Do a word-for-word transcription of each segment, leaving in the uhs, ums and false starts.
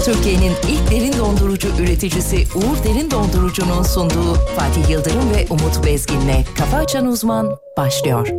Türkiye'nin ilk derin dondurucu üreticisi Uğur Derin Dondurucu'nun sunduğu Fatih Yıldırım ve Umut Bezgin'le Kafa Açan Uzman başlıyor.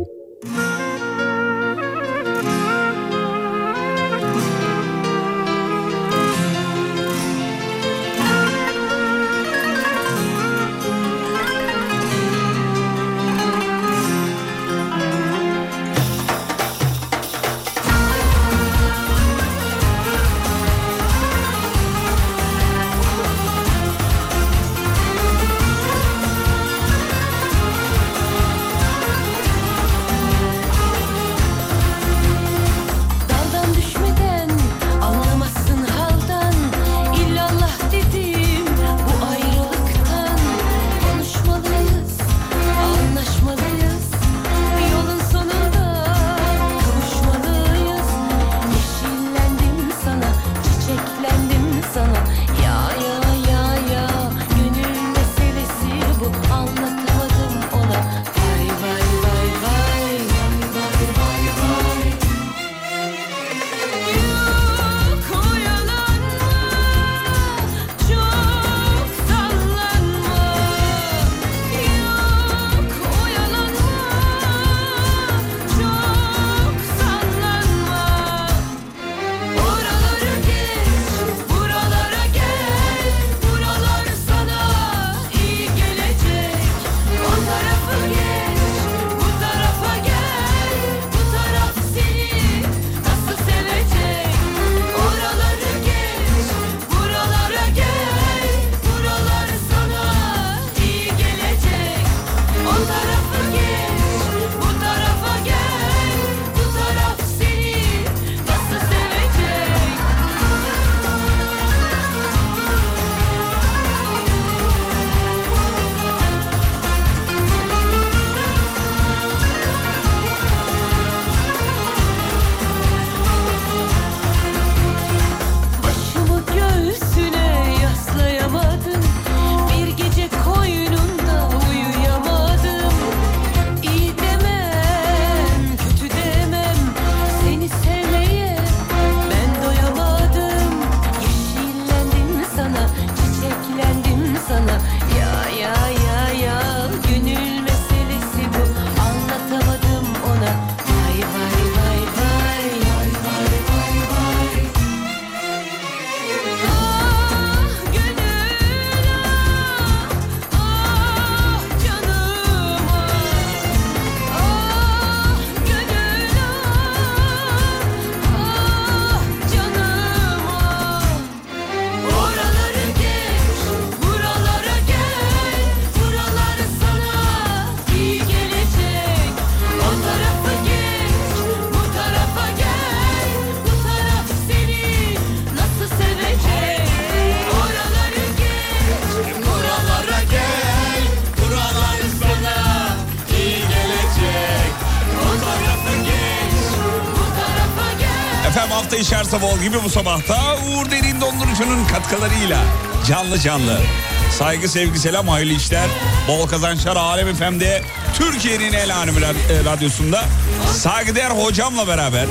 Her sabah gibi bu sabahta Uğur Derin Dondurucu'nun katkılarıyla canlı canlı. Saygı, sevgi, selam, hayırlı işler, bol kazançlar. Alem F M'de Türkiye'nin el alemi radyosunda saygıdeğer hocamla beraber,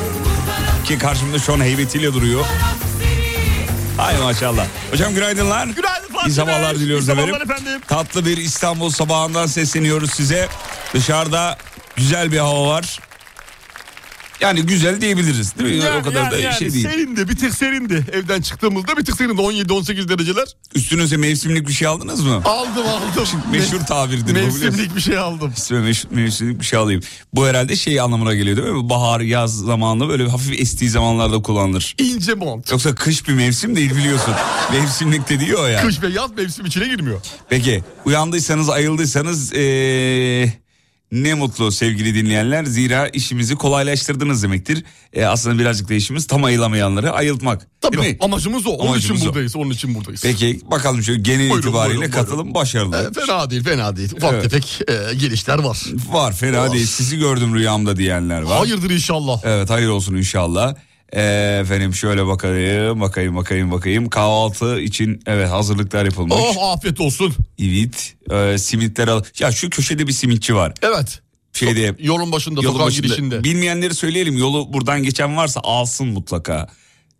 ki karşımda şu an heybetiyle duruyor. Hay maşallah. Hocam günaydınlar. Günaydın Fatih. İyi sabahlar Bey. diliyoruz İyi efendim. efendim. Tatlı bir İstanbul sabahından sesleniyoruz size. Dışarıda güzel bir hava var. Yani güzel diyebiliriz değil mi? Yani, o kadar yani, da yani şey değil. Serindi, bir tık serindi. Evden çıktığımızda bir tık serindi. on yedi on sekiz dereceler. Üstünüze mevsimlik bir şey aldınız mı? Aldım aldım. Meşhur tabirdir bu. Mevsimlik bir şey aldım. Meş, mevsimlik bir şey alayım. Bu herhalde şey anlamına geliyor değil mi? Bahar, yaz zamanında böyle hafif estiği zamanlarda kullanılır. İnce mont. Yoksa kış bir mevsim değil biliyorsun. Mevsimlik de diyor ya. Kış ve yaz mevsim içine girmiyor. Peki uyandıysanız, ayıldıysanız ee, ne mutlu sevgili dinleyenler. Zira işimizi kolaylaştırdınız demektir. E, aslında birazcık da işimiz tam ayılamayanları ayıltmak. Tabii değil mi? amacımız o. Onun Amacımız için o. buradayız. Onun için buradayız. Peki bakalım şöyle genel buyurun, itibariyle buyurun, katılım buyurun. başarılı. E, fena değil fena değil. Ufak evet. tefek e, gelişler var. Var fena var. değil. Sizi gördüm rüyamda diyenler var. Hayırdır inşallah. Evet hayır olsun inşallah. E, efendim şöyle bakayım bakayım bakayım bakayım. Kahvaltı için evet hazırlıklar yapılmış. Oh afiyet olsun. Evet e, simitler al. Ya şu köşede bir simitçi var. Evet. Şeyde, yolun başında, yolun sokak başında. girişinde. Bilmeyenleri söyleyelim, yolu buradan geçen varsa alsın mutlaka.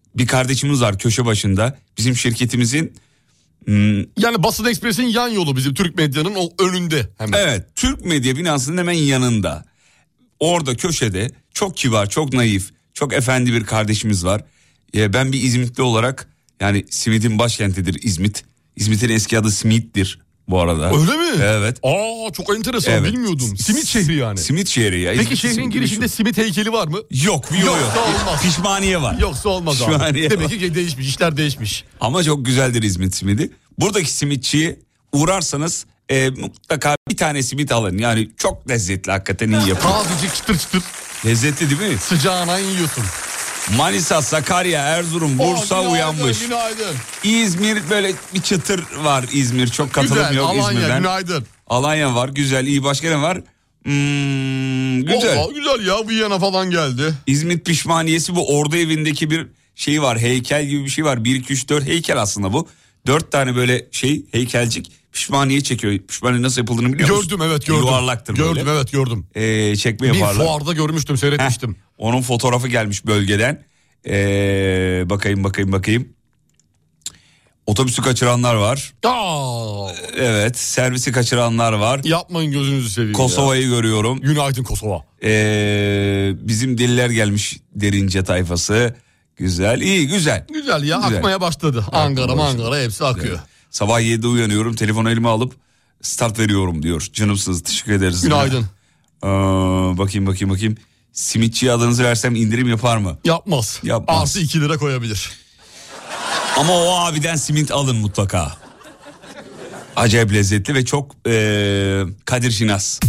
bir kardeşimiz var köşe başında. Bizim şirketimizin... Hmm, yani Basın Ekspres'in yan yolu, bizim Türk Medya'nın o önünde hemen. Evet, Türk Medya binasının hemen yanında. Orada köşede çok kibar, çok naif, çok efendi bir kardeşimiz var. Ee, ben bir İzmitli olarak, yani simitin başkentidir İzmit. İzmit'in eski adı Simit'tir bu arada. Öyle mi? Evet. Aa, çok enteresan, evet. Bilmiyordum. Simit şehri yani. Simit şehri ya. Peki İzmit, şehrin simit girişinde şu... simit heykeli var mı? Yok, yok, yok. Yoksa olmaz. Pişmaniye var. Yoksa olmaz abi. Pişmaniye Demek var. ki değişmiş, işler değişmiş. Ama çok güzeldir İzmit simidi. Buradaki simitçiye uğrarsanız e, mutlaka bir tane simit alın. Yani çok lezzetli, hakikaten iyi yapıyor. Tazecik, çıtır çıtır. Lezzetli değil mi? Sıcağına yiyorsun. Manisa, Sakarya, Erzurum, Bursa oh, günaydın, uyanmış. Günaydın. İzmir böyle bir çıtır var İzmir. Çok katılım Güzel, yok Alanya, İzmir'den. günaydın. Alanya var, güzel, iyi. Başka ne var? Hmm, güzel. Oh, güzel ya, Viyana falan geldi. İzmit pişmaniyesi, bu ordu evindeki bir şey var. Heykel gibi bir şey var. bir, iki, üç, dört heykel aslında bu. Dört tane böyle şey heykelcik pişmaniye çekiyor. Pişmaniye nasıl yapıldığını biliyor musun? Gördüm, evet gördüm. Yuvarlaktır gördüm, böyle. Gördüm, evet gördüm. Ee, çekme bir yaparlar. Bir fuarda görmüştüm, seyretmiştim. Heh, onun fotoğrafı gelmiş bölgeden. Ee, bakayım bakayım bakayım. Otobüsü kaçıranlar var. Aa, Evet, servisi kaçıranlar var. yapmayın, gözünüzü seveyim. Kosova'yı ya. görüyorum. Günaydın Kosova. Ee, bizim deliler gelmiş, Derince tayfası. Güzel, iyi, güzel. Güzel ya, Güzel. akmaya başladı. Ankara, Ankara hepsi akıyor. Evet. Sabah yedide uyanıyorum, telefonu elime alıp start veriyorum diyor. Canımsınız, teşekkür ederiz. Günaydın. Ee, bakayım bakayım bakayım. Simitçiye adınızı versem indirim yapar mı? Yapmaz. Yapmaz. Artı iki lira koyabilir. Ama o abiden simit alın mutlaka. Acayip lezzetli ve çok ee, Kadir Şinas.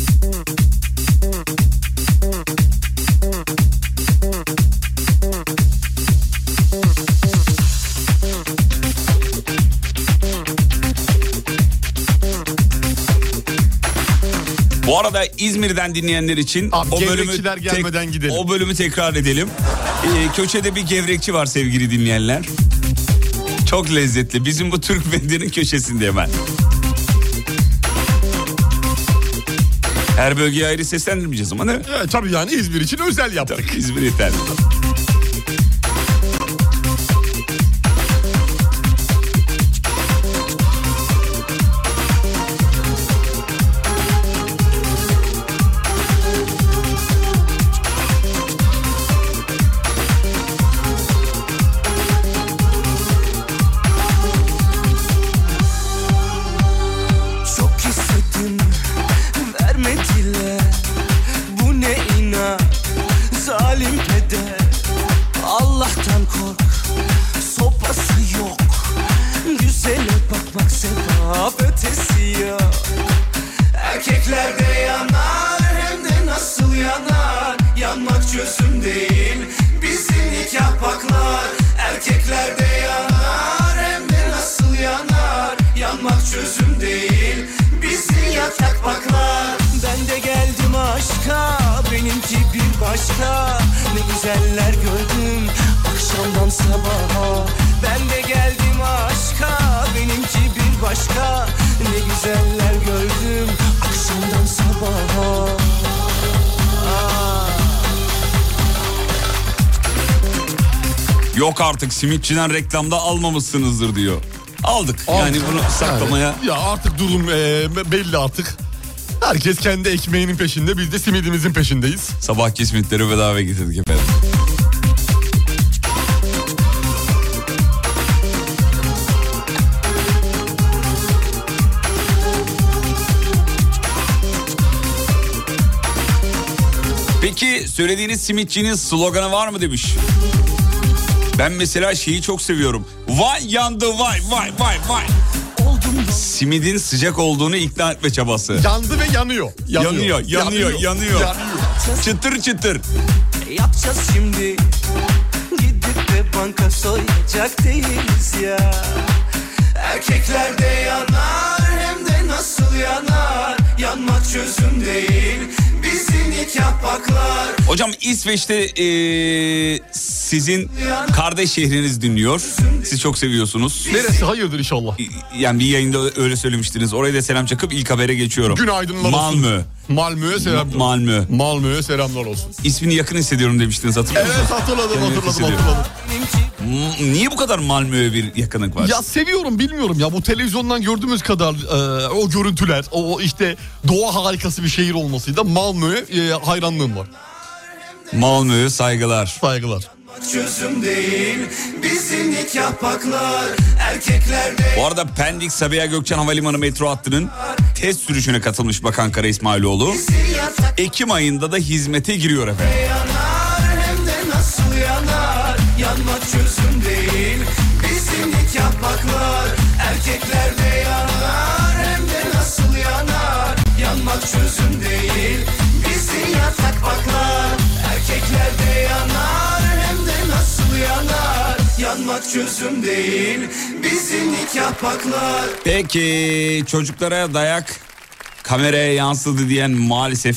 Bu arada İzmir'den dinleyenler için Abi, o bölümü gevrekçiler gelmeden tek, gidelim. o bölümü tekrar edelim. Ee, köşede bir gevrekçi var sevgili dinleyenler. Çok lezzetli. Bizim bu Türk Medya'nın köşesinde hemen. Her bölgeye ayrı seslendirmeyeceğiz ama değil mi? Evet, tabii yani İzmir için özel yaptık. Tabii, İzmir yeter. Yok artık, simitçiden reklamda almamışsınızdır diyor. Aldık. Aldık. Yani bunu saklamaya. Yani, ya artık durum e, belli artık. Herkes kendi ekmeğinin peşinde, biz de simidimizin peşindeyiz. Sabahki simitleri bedava getirdik efendim. Peki söylediğiniz simitçinin sloganı var mı demiş. Ben mesela şeyi çok seviyorum. Vay yandı vay vay vay vay. Simidin sıcak olduğunu ikna etme çabası. Yandı ve yanıyor. Yanıyor, yanıyor, yanıyor. yanıyor. yanıyor. Çıtır çıtır. Yapacağız şimdi. Gidip de banka soyacak değiliz ya. Erkekler de yanar, hem de nasıl yanar. Yanmak çözüm değil, bizi nikah paklar. Hocam İsveç'te ee, sizin kardeş şehriniz dinliyor. Siz çok seviyorsunuz. Neresi, hayırdır inşallah. Yani bir yayında öyle söylemiştiniz. Oraya da selam çakıp ilk habere geçiyorum. Günaydınlar olsun. Malmö. Malmö'ye selamlar. Malmö. Malmö'ye selamlar olsun. İsmini yakın hissediyorum demiştiniz, hatırlıyor musunuz? Evet, hatırladım Kendimi hatırladım hissediyorum. hatırladım. M- Niye bu kadar Malmö'ye bir yakınlık var? Ya seviyorum, bilmiyorum ya, bu televizyondan gördüğümüz kadar e, o görüntüler, o işte doğa harikası bir şehir olmasıyla Malmö'ye e, hayranlığım var. Malmö'ye saygılar. Saygılar. Çözüm değil bizim nikah paklar erkeklerde. Bu arada Pendik Sabiha Gökçen Havalimanı metro hattının test sürüşüne katılmış Bakan Kara İsmailoğlu. Ekim ayında da hizmete giriyor efendim. Yanar hem de nasıl yanar, yanmak çözüm değil bizim nikah paklar erkeklerde yanar hem de nasıl yanar, yanmak çözüm değil bizim yatak paklar erkeklerde yanar hem de nasıl yanar, yanmak çözüm değil bizim nikah paklar. Peki çocuklara dayak kameraya yansıdı diyen maalesef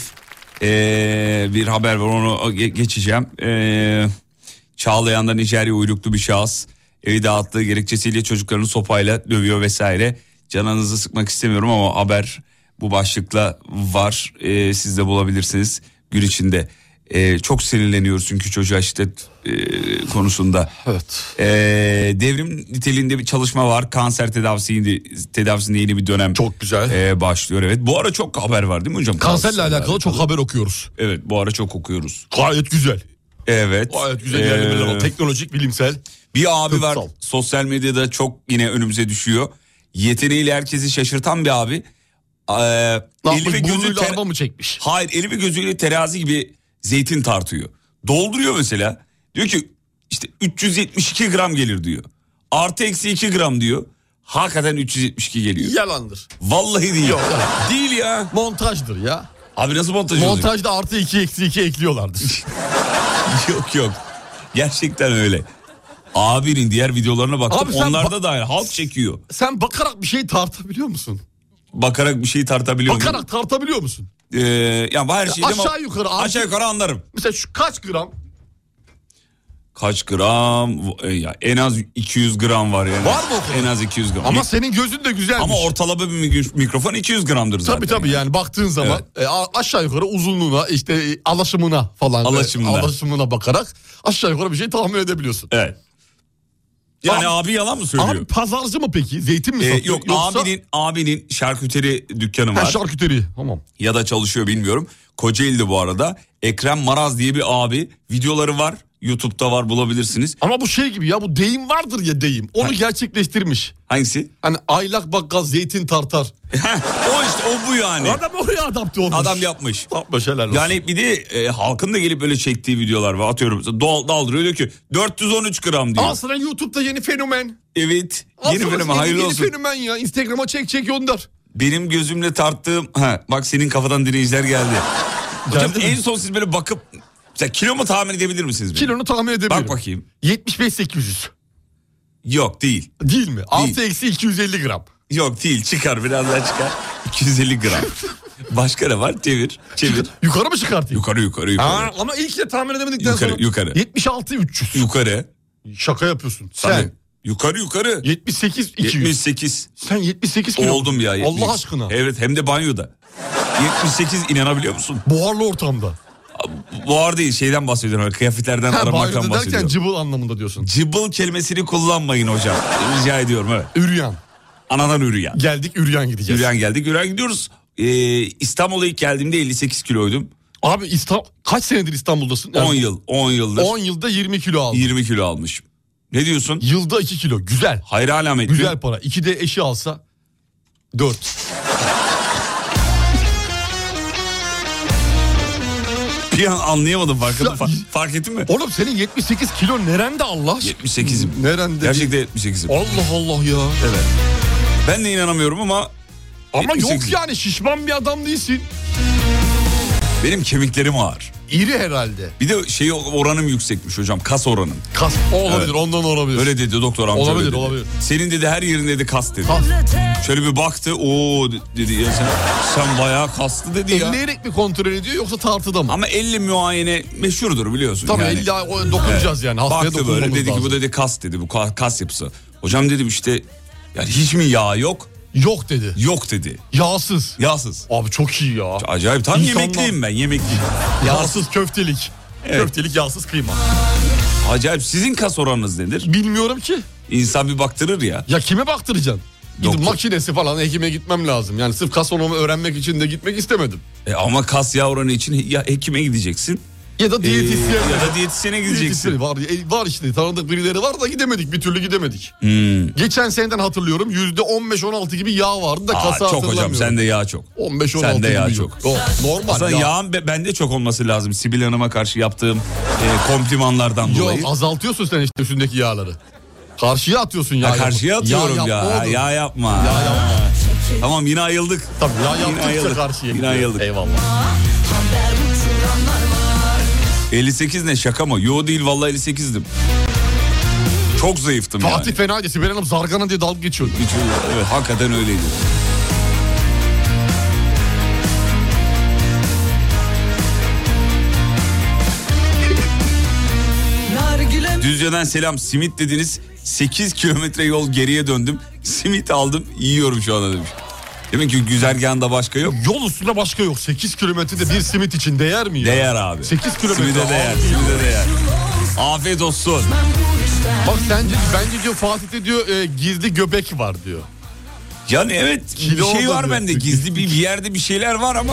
ee, bir haber var, onu geçeceğim. Ee, Çağlayan'da Nijerya uyruklu bir şahıs evi dağıttığı gerekçesiyle çocuklarını sopayla dövüyor vesaire. Canınızı sıkmak istemiyorum ama haber bu başlıkla var. Ee, siz de bulabilirsiniz gün içinde. Ee, çok sinirleniyoruz çünkü çocuğa şiddet e, konusunda. Evet. Ee, devrim niteliğinde bir çalışma var. Kanser tedavisinde, tedavisinde yeni bir dönem. Çok güzel. E, başlıyor evet. Bu ara çok haber var değil mi hocam? Kanserle alakalı, alakalı çok haber okuyoruz. Evet, bu ara çok okuyoruz. Gayet güzel. Evet. Gayet güzel ilerlemeler var. Teknolojik, bilimsel. Bir abi tıpsal. var sosyal medyada çok yine önümüze düşüyor. Yeteneğiyle herkesi şaşırtan bir abi. Ee, eli ve gözü burnuyla ter- araba mı çekmiş? Hayır, eli ve gözüyle terazi gibi zeytin tartıyor. Dolduruyor mesela. Diyor ki işte üç yüz yetmiş iki gram gelir diyor. Artı eksi iki gram diyor. Hakikaten üç yüz yetmiş iki geliyor. Yalandır. Vallahi değil. Yok, değil ya. Montajdır ya. Abi nasıl montaj olacak? Montajda artı iki eksi iki ekliyorlardır. Yok yok. Gerçekten öyle. Abinin diğer videolarına baktım. Onlarda ba- da aynı. Halk çekiyor. Sen bakarak bir şey tartabiliyor musun? Bakarak bir şey tartabiliyor muyum? Bakarak tartabiliyor musun? Ee, yani her şeyi aşağı yukarı. Aşağı yukarı anlarım. Mesela şu kaç gram? Kaç gram? Ya en az iki yüz gram var yani. Var mı o kadar? En az iki yüz gram. Ama Mi- senin gözün de güzelmiş. Ama ortalama bir mikrofon iki yüz gramdır zaten. Tabii tabii yani baktığın zaman Evet. e, a- aşağı yukarı uzunluğuna, işte e, alaşımına falan. Alaşımına. E, alaşımına bakarak aşağı yukarı bir şey tahmin edebiliyorsun. Evet. Yani Abi- abi yalan mı söylüyor? Abi pazarcı mı peki? Zeytin mi Ee, satıyor? yok Yoksa... abinin abinin şarküteri dükkanı Ha, var. şarküteri. Tamam. Ya da çalışıyor bilmiyorum. Kocaeli'de bu arada. Ekrem Maraz diye bir abi. Videoları var. YouTube'da var, bulabilirsiniz. Ama bu şey gibi ya, bu deyim vardır ya, deyim. Onu Ha. gerçekleştirmiş. Hangisi? Hani aylak bakkal zeytin tartar. o işte o bu yani. Adam oraya adapte olmuş. Adam yapmış. Yapmış, helal olsun. Yani bir de e, halkın da gelip böyle çektiği videolar var. Atıyorum dal, daldırıyor diyor ki dört yüz on üç gram diyor. Aslında YouTube'da yeni fenomen. Evet. Aslında Yeni fenomen, hayırlı yeni olsun. fenomen ya. Instagram'a çek çek gönder. Benim gözümle tarttığım... Ha, bak senin kafadan dinleyiciler geldi. Hocam Geldi mi? en son siz böyle bakıp... Mesela kilo mu tahmin edebilir misiniz? Beni? Kilonu tahmin edebilirim. Bak bakayım. yetmiş beş sekiz yüz. Yok değil. Değil mi? Artı eksi iki yüz elli gram. Yok değil, çıkar biraz daha çıkar. iki yüz elli gram. Başka ne var? Çevir. Çevir. Yukarı mı çıkartayım? Yukarı yukarı yukarı. Ha, ama ilk de tahmin edemedikten Yukarı, sonra. yukarı. yetmiş altı üç yüz. Yukarı. Şaka yapıyorsun. Tabii. Sen Yukarı yukarı. yetmiş sekiz iki yüz. yetmiş sekiz. Sen yetmiş sekiz kilo. Oldum ya. yetmiş. Allah aşkına. Evet, hem de banyoda. yetmiş sekiz, inanabiliyor musun? Buharlı ortamda. Buhar değil, şeyden bahsediyorum. Öyle kıyafetlerden Ha, aramaktan banyoda derken bahsediyorum. cıbıl anlamında diyorsun. Cıbıl kelimesini kullanmayın hocam. Rica ediyorum, evet. Üryan. Anadan üryan. Geldik üryan gideceğiz. Üryan geldik. Üryan gidiyoruz. Ee, İstanbul'a ilk geldiğimde elli sekiz kiloydum. Abi İstanbul, kaç senedir İstanbul'dasın? Yani on yıl. on yıldır. on yılda yirmi kilo aldın. yirmi kilo almışım. Ne diyorsun? Yılda iki kilo. Güzel. Hayır alamet. Güzel para. iki de eşi alsa dört. Bir an anlayamadım, farkında, Ya- fark, fark ettin mi? Oğlum senin yetmiş sekiz kilo nerende Allah aşkına? yetmiş sekizim. Nerende? Gerçekten yetmiş sekizim. Allah Allah ya. Evet. Ben de inanamıyorum ama... Ama yetmiş yok sekizim. yani, şişman bir adam değilsin. Benim kemiklerim ağır. İri herhalde. Bir de şey oranım yüksekmiş hocam, kas oranım. Kas. O olabilir, Evet. ondan olabilir. Öyle dedi doktor amca. Olabilir, öyle dedi. olabilir. Senin dedi her yerin dedi kas dedi. Kas. Şöyle bir baktı, ooo dedi ya sen, sen bayağı kaslı dedi ya. Elleyerek mi kontrol ediyor yoksa tartıda mı? Ama elle muayene meşhurdur biliyorsun. Tabii yani. elle o- dokunacağız yani. Hastaya Baktı dokunmamız böyle, dedi ki lazım. bu dedi kas dedi, bu ka- kas yapısı. Hocam dedim işte yani hiç mi yağ yok? Yok dedi. Yok dedi. Yağsız. Yağsız. Abi çok iyi ya. Acayip, tam İnsanlar- yemekliyim ben, yemekliyim. Yağsız köftelik. Evet. Köftelik yağsız kıyma. Acayip. Sizin kas oranınız nedir? Bilmiyorum ki. İnsan bir baktırır ya. Ya kime baktıracaksın? Gidip Doktor. makinesi falan hekime gitmem lazım. Yani sırf kas oranımı öğrenmek için de gitmek istemedim. E ama kas yağ oranı için ya hekime gideceksin. Ya da diyetisyen. Ee, ya da diyetisyene gideceksin. Diyetisyen var, e, var işte tanıdık birileri var da gidemedik, bir türlü gidemedik. Hmm. Geçen seneden hatırlıyorum yüzde on beş on altı gibi yağ vardı da Aa, kasa çok hatırlamıyorum. hocam sende yağ çok. on beş on altı Sende yağ gibi çok. yok. O, normal Aslında yağ. yağın be- bende çok olması lazım. Sibel Hanım'a karşı yaptığım e, komplimanlardan Yok dolayı. azaltıyorsun sen işte üstündeki yağları. Karşıya atıyorsun yağ. Ha, karşıya atıyorum yağ. ya. Yapma Ya, oğlum. yağ yapma. Yağ yapma. Tamam yine ayıldık. Tabii yağ Yine yaptıkça ayıldık. karşıya Yine gidiyor. ayıldık. Eyvallah. elli sekiz ne, şaka mı? Yo değil vallahi elli sekizdim. Çok zayıftım Fatih yani. fenaydı. Sibel Hanım zargana diye dalga geçiyordu. Hiç öyle- evet hakikaten öyleydi. Düzce'den selam. Simit dediniz. sekiz kilometre yol geriye döndüm. Simit aldım, yiyorum şu anda demiş. Demek ki güzergahında başka yok. Yol üstünde başka yok. sekiz kilometrede bir simit için değer mi ya? Değer abi. sekiz kilometre. Simide değer, abi. simide değer. Afiyet olsun. Bak sence bence diyor Fatih'te diyor e, gizli göbek var diyor. Yani evet Kilo bir şey da var diyor. bende, gizli bir, bir yerde bir şeyler var ama.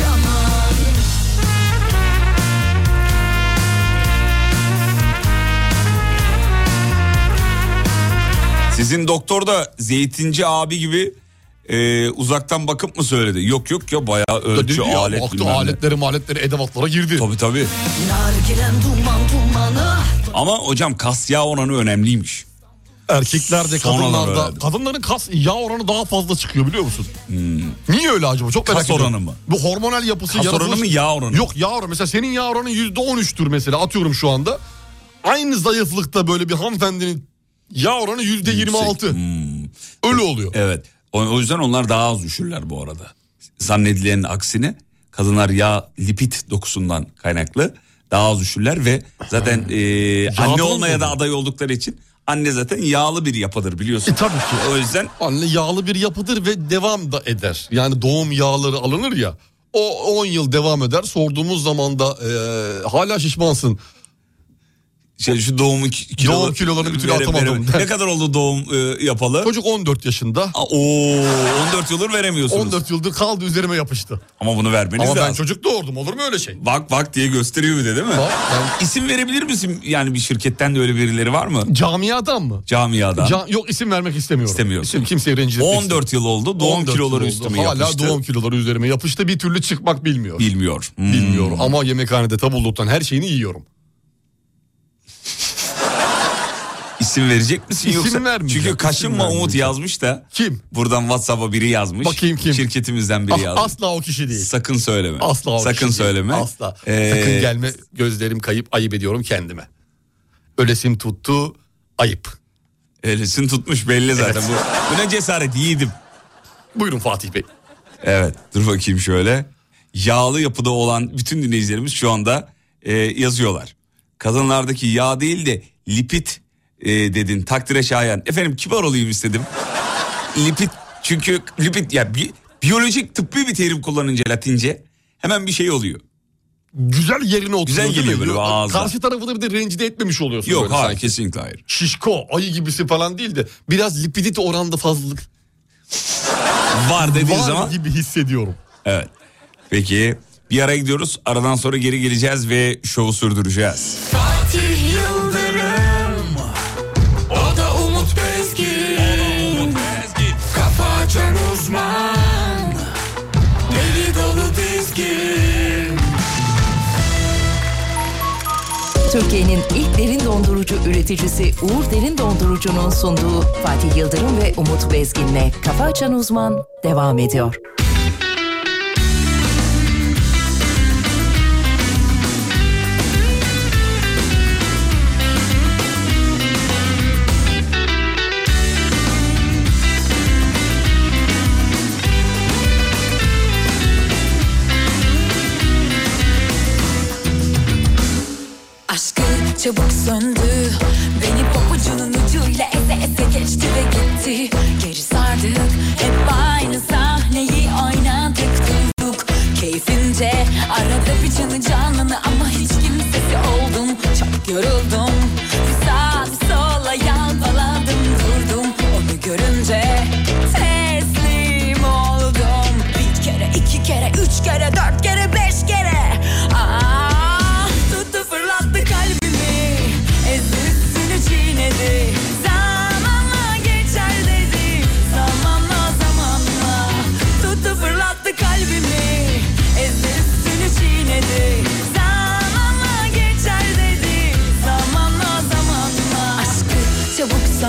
Sizin doktor da Zeytinci abi gibi e, uzaktan bakıp mı söyledi? Yok yok ya bayağı ölçü Dedi ya, alet baktı bilmem ne. aletleri maletleri edevatlara girdi. Tabii tabii. Ama hocam kas yağ oranı önemliymiş. Erkeklerde Sonradan kadınlarda öğrendim. kadınların kas yağ oranı daha fazla çıkıyor biliyor musun? Hmm. Niye öyle acaba? Çok merak Kas ediyorum. oranı mı? Bu hormonal yapısı Kas yaratılmış- oranı mı, yağ oranı? Yok yağ oranı. Mesela senin yağ oranı yüzde on üçtür mesela atıyorum şu anda. Aynı zayıflıkta böyle bir hanımefendinin yağ oranı yüzde yirmi altı. Hmm. Öyle oluyor. Evet. O, o yüzden onlar daha az üşürler bu arada. Zannedilenin aksine kadınlar yağ lipid dokusundan kaynaklı daha az üşürler ve zaten e, anne Yağdan olmaya da dolayı. aday oldukları için anne zaten yağlı bir yapıdır biliyorsun. E tabii ki. O yüzden Anne yağlı bir yapıdır ve devam da eder. Yani doğum yağları alınır ya. O on yıl devam eder. Sorduğumuz zaman da e, hala şişmansın. şey, şu doğum kilo, Doğum kilolarını bir türlü vere- atamadım. vere- Ne kadar oldu doğum e, yapalı? Çocuk on dört yaşında. Aa, Oo, on dört yıldır veremiyorsunuz. on dört yıldır kaldı üzerime yapıştı. Ama bunu vermeniz Ama ben lazım. çocuk doğurdum, olur mu öyle şey? Bak bak diye gösteriyor bir de değil mi? Bak, ben- İsim verebilir misin? Yani bir şirketten de öyle birileri var mı? Camiadan mı? Camiadan. Ca- yok isim vermek istemiyorum. İstemiyorsun. İsim kimseyi rencide etmek on dört yıl oldu. Doğum on dört kiloları yıl oldu. üstüme Hala yapıştı. doğum kiloları üzerime yapıştı, bir türlü çıkmak bilmiyor. Bilmiyor. Hmm. Bilmiyor ama yemekhanede tabulluktan her şeyini yiyorum. İsim verecek misin İsim yoksa? vermeyeceğim, Çünkü kaşınma isim Umut vermeyeceğim. yazmış da. Kim? Buradan WhatsApp'a biri yazmış. Bakayım kim? Şirketimizden biri Ah, yazmış. asla o kişi değil. Sakın söyleme. Asla o Sakın kişi değil. söyleme. Asla. Ee, Sakın gelme, gözlerim kayıp, ayıp ediyorum kendime. Ölesim tuttu, ayıp. Elisin tutmuş belli zaten. Evet. Bu, bu ne cesaret, yiğidim. Buyurun Fatih Bey. Evet, dur bakayım şöyle. Yağlı yapıda olan bütün dinleyicilerimiz şu anda e, yazıyorlar. Kadınlardaki yağ değil de lipid e, dedin, takdire şayan. Efendim kibar olayım istedim. Lipid, çünkü lipid ya bi, biyolojik tıbbi bir terim kullanınca Latince hemen bir şey oluyor. Güzel yerine oturuyor. Güzel değil geliyor mi? böyle ağza. Karşı tarafı da bir de rencide etmemiş oluyorsun. Yok böyle hayır, sanki. kesinlikle hayır. Şişko, ayı gibisi falan değil de biraz lipidit oranda fazlalık Var dediğin var zaman. gibi hissediyorum. Evet. Peki bir ara gidiyoruz. Aradan sonra geri geleceğiz ve şovu sürdüreceğiz. Fatih Yıldırım, o da Umut Bezgin, kafa açan uzman, deli dolu dizgin. Türkiye'nin ilk derin dondurucu üreticisi Uğur Derin Dondurucu'nun sunduğu Fatih Yıldırım ve Umut Bezgin'le Kafa Açan Uzman devam ediyor. Aşkı çabuk söndü, beni pabucunun ucuyla eze eze geçti ve gitti. Geri sardık, hep aynı sahneyi oynadık durduk keyfince. Arada bir canı canlanı ama hiç kimsesi oldum. Çok yoruldum,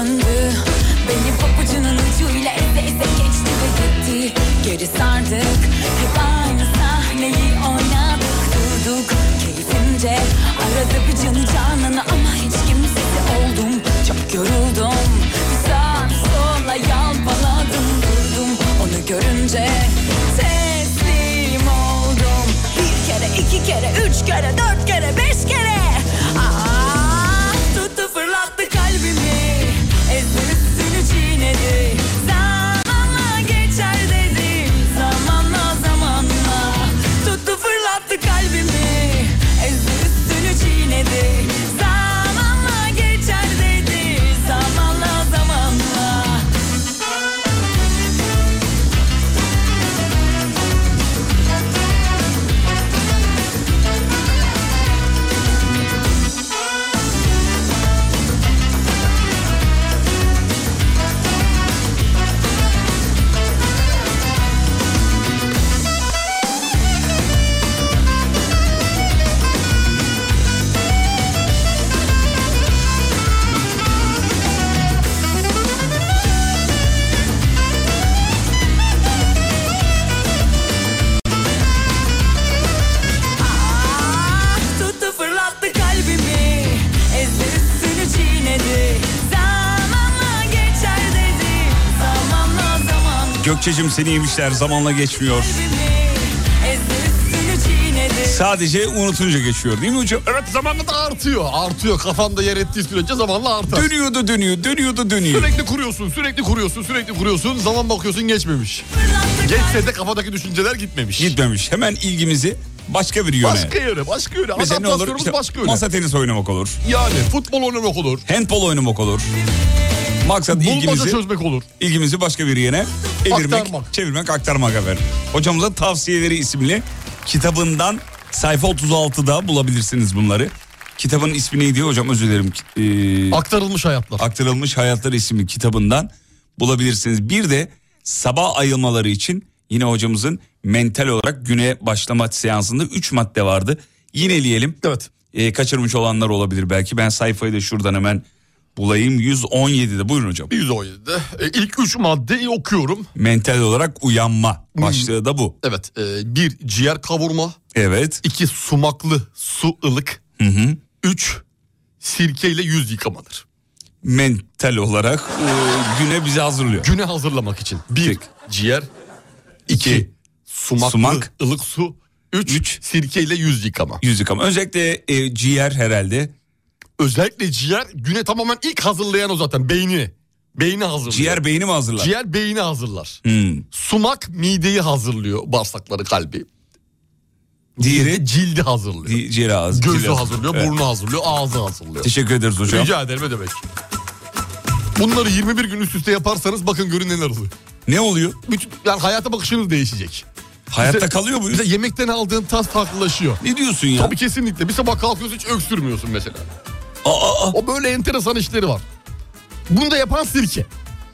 söndü. Beni papucunun ucuyla eze eze geçti ve gitti. Geri sardık, hep aynı sahneyi oynadık. Durduk keyfince, arada bir canı canını ama hiç kimsesi oldum. Çok yoruldum, bir sağa sola yalpaladım. Durdum onu görünce, teslim oldum. Bir kere, iki kere, üç kere, dört kere, beş kere. Aa, tuttu fırlattı kalbimi, ezdi üstünü çiğnedi. Zamanla geçer dedi, zamanla zamanla. Tuttu fırlattı kalbimi, ezdi üstünü çiğnedi. Zamanla geçer dedi, zamanla zamanla. Gökçe'cim seni yemişler, zamanla geçmiyor. Sadece unutunca geçiyor değil mi hocam? Evet, zamanla da artıyor. Artıyor. Kafanda yer ettiği sürece zamanla artar. Dönüyor da dönüyor, dönüyor da dönüyor. Sürekli kuruyorsun, sürekli kuruyorsun, sürekli kuruyorsun. Zaman bakıyorsun geçmemiş. Geçse de kafadaki düşünceler gitmemiş. Gitmemiş. Hemen ilgimizi başka bir yöne. Başka yöne, başka yöne. Mesela ne olur? İşte başka yöne. masa tenisi oynamak olur. Yani futbol oynamak olur. Handball oynamak olur. Maksat Bulmaca ilgimizi, çözmek olur. ilgimizi başka bir yere evirmek, Aktarmak. çevirmek, aktarmak efendim. Hocamızın Tavsiyeleri isimli kitabından sayfa otuz altıda bulabilirsiniz bunları. Kitabın ismi neydi hocam, özür dilerim. Ee, Aktarılmış Hayatlar. Aktarılmış Hayatlar isimli kitabından bulabilirsiniz. Bir de sabah ayılmaları için yine hocamızın mental olarak güne başlama seansında üç madde vardı. Yineleyelim. Evet. Ee, kaçırmış olanlar olabilir belki. Ben sayfayı da şuradan hemen bulayım. yüz on yedide buyurun hocam. yüz on yedide e, ilk üç maddeyi okuyorum. Mental olarak uyanma başlığı da bu. Evet. E, bir ciğer kavurma. Evet. İki sumaklı su ılık. Hı hı. Üç sirkeyle yüz yıkamadır. Mental olarak e, güne bizi hazırlıyor. Güne hazırlamak için. Bir Peki. ciğer. İki sumaklı Sumak. ılık su. Üç, Üç. sirkeyle yüz yıkama. Yüz yıkama. Özellikle e, ciğer herhalde. Özellikle ciğer güne tamamen ilk hazırlayan o zaten beyni. Beyni hazırlıyor. Ciğer beyni mi hazırlar? Ciğer beyni hazırlar. Hmm. Sumak mideyi hazırlıyor, bağırsakları, kalbi. Diğeri cildi hazırlıyor. Di- ciğeri ağzı. Gözü ciğeri hazırlıyor, Evet. burnu hazırlıyor, ağzı hazırlıyor. Teşekkür ederiz hocam. Rica ederim, ne demek. Bunları yirmi bir gün üst üste yaparsanız bakın görün neler oluyor. Ne oluyor? Bütün, yani hayata bakışınız değişecek. Hayatta Bize- kalıyor muyuz? Bize yemekten aldığın tat farklılaşıyor. Ne diyorsun ya? Tabii kesinlikle. Bir sabah kalkıyorsun hiç öksürmüyorsun mesela. Aa, aa. O böyle enteresan işleri var. Bunu da yapan sirke.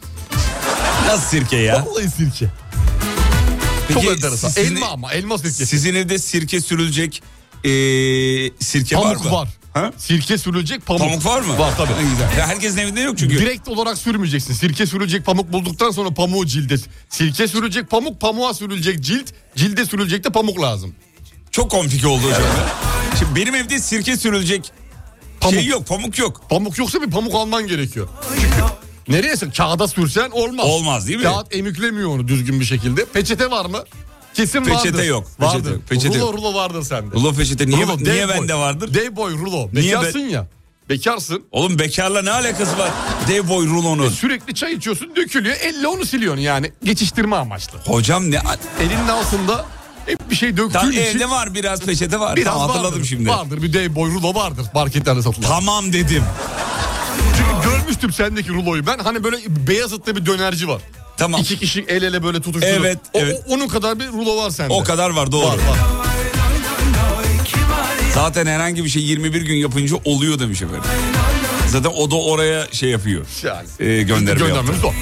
Nasıl sirke ya? Vallahi sirke. Peki, Çok enteresan. sizin- Elma ama elma sirkesi. Sizin evde sirke sürülecek ee, sirke Pamuk var mı? var. Ha? Sirke sürülecek pamuk. Pamuk var mı? Var tabii. Ne güzel. Ya herkesin evinde yok çünkü. Direkt olarak sürmeyeceksin. Sirke sürülecek pamuk bulduktan sonra pamuğu cilde. Sirke sürülecek pamuk, pamuğa sürülecek cilt. Cilde sürülecek de pamuk lazım. Çok komplike oldu hocam. Şimdi benim evde sirke sürülecek Pamuk. şey yok, pamuk yok. Pamuk yoksa bir pamuk alman gerekiyor. Çünkü nereye sür? Kağıda sürsen olmaz. Olmaz değil mi? Kağıt emiklemiyor onu düzgün bir şekilde. Peçete var mı? Kesin vardır. Peçete yok, peçete vardır. yok, peçete rulo yok. rulo vardır sende. Rulo peçete niye, Rulo, niye dev boy. bende vardır? Dev boy rulo. Niye Bekarsın be- ya. Bekarsın. Oğlum bekarla ne alakası var? Dev boy rulonun. Sürekli çay içiyorsun, dökülüyor. Elle onu siliyorsun yani. Geçiştirme amaçlı. Hocam ne? Elinin altında hep bir şey döktüğün Tam için. evde var biraz peçete var. Biraz Tamam, hatırladım vardır, şimdi. Vardır bir dev boy rulo vardır marketlerde satılan. Tamam dedim. Çünkü görmüştüm sendeki ruloyu ben. Hani böyle Beyazıt'ta bir dönerci var. Tamam. İki kişi el ele böyle tutuşturup. Evet, O- evet. o- onun kadar bir rulo var sende. O kadar var, doğru. Var var. Zaten herhangi bir şey yirmi bir gün yapınca oluyor demiş efendim. Zaten o da oraya şey yapıyor. Yani. E, gönderme yaptı. Göndermemiz o.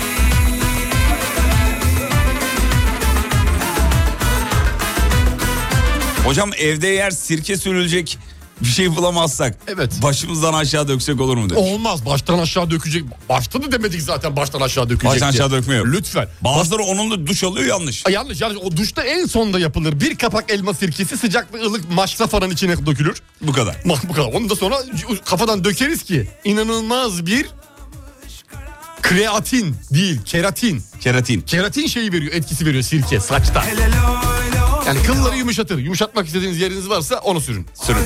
Hocam evde eğer sirke sürülecek bir şey bulamazsak Evet. başımızdan aşağı döksek olur mu demiş. Olmaz, baştan aşağı dökecek. Başta da demedik zaten baştan aşağı dökecek Baştan diye. aşağı dökme yok. Lütfen. Bazıları onunla duş alıyor, yanlış. Ay, yanlış yanlış. O duşta en sonda yapılır. Bir kapak elma sirkesi sıcak ve ılık maşrafanın içine dökülür. Bu kadar. Bak bu kadar. Onu da sonra kafadan dökeriz ki inanılmaz bir kreatin değil, keratin. Keratin. Keratin şeyi veriyor, etkisi veriyor sirke saçta. Yani kılları yumuşatır. Yumuşatmak istediğiniz yeriniz varsa onu sürün. Sürün.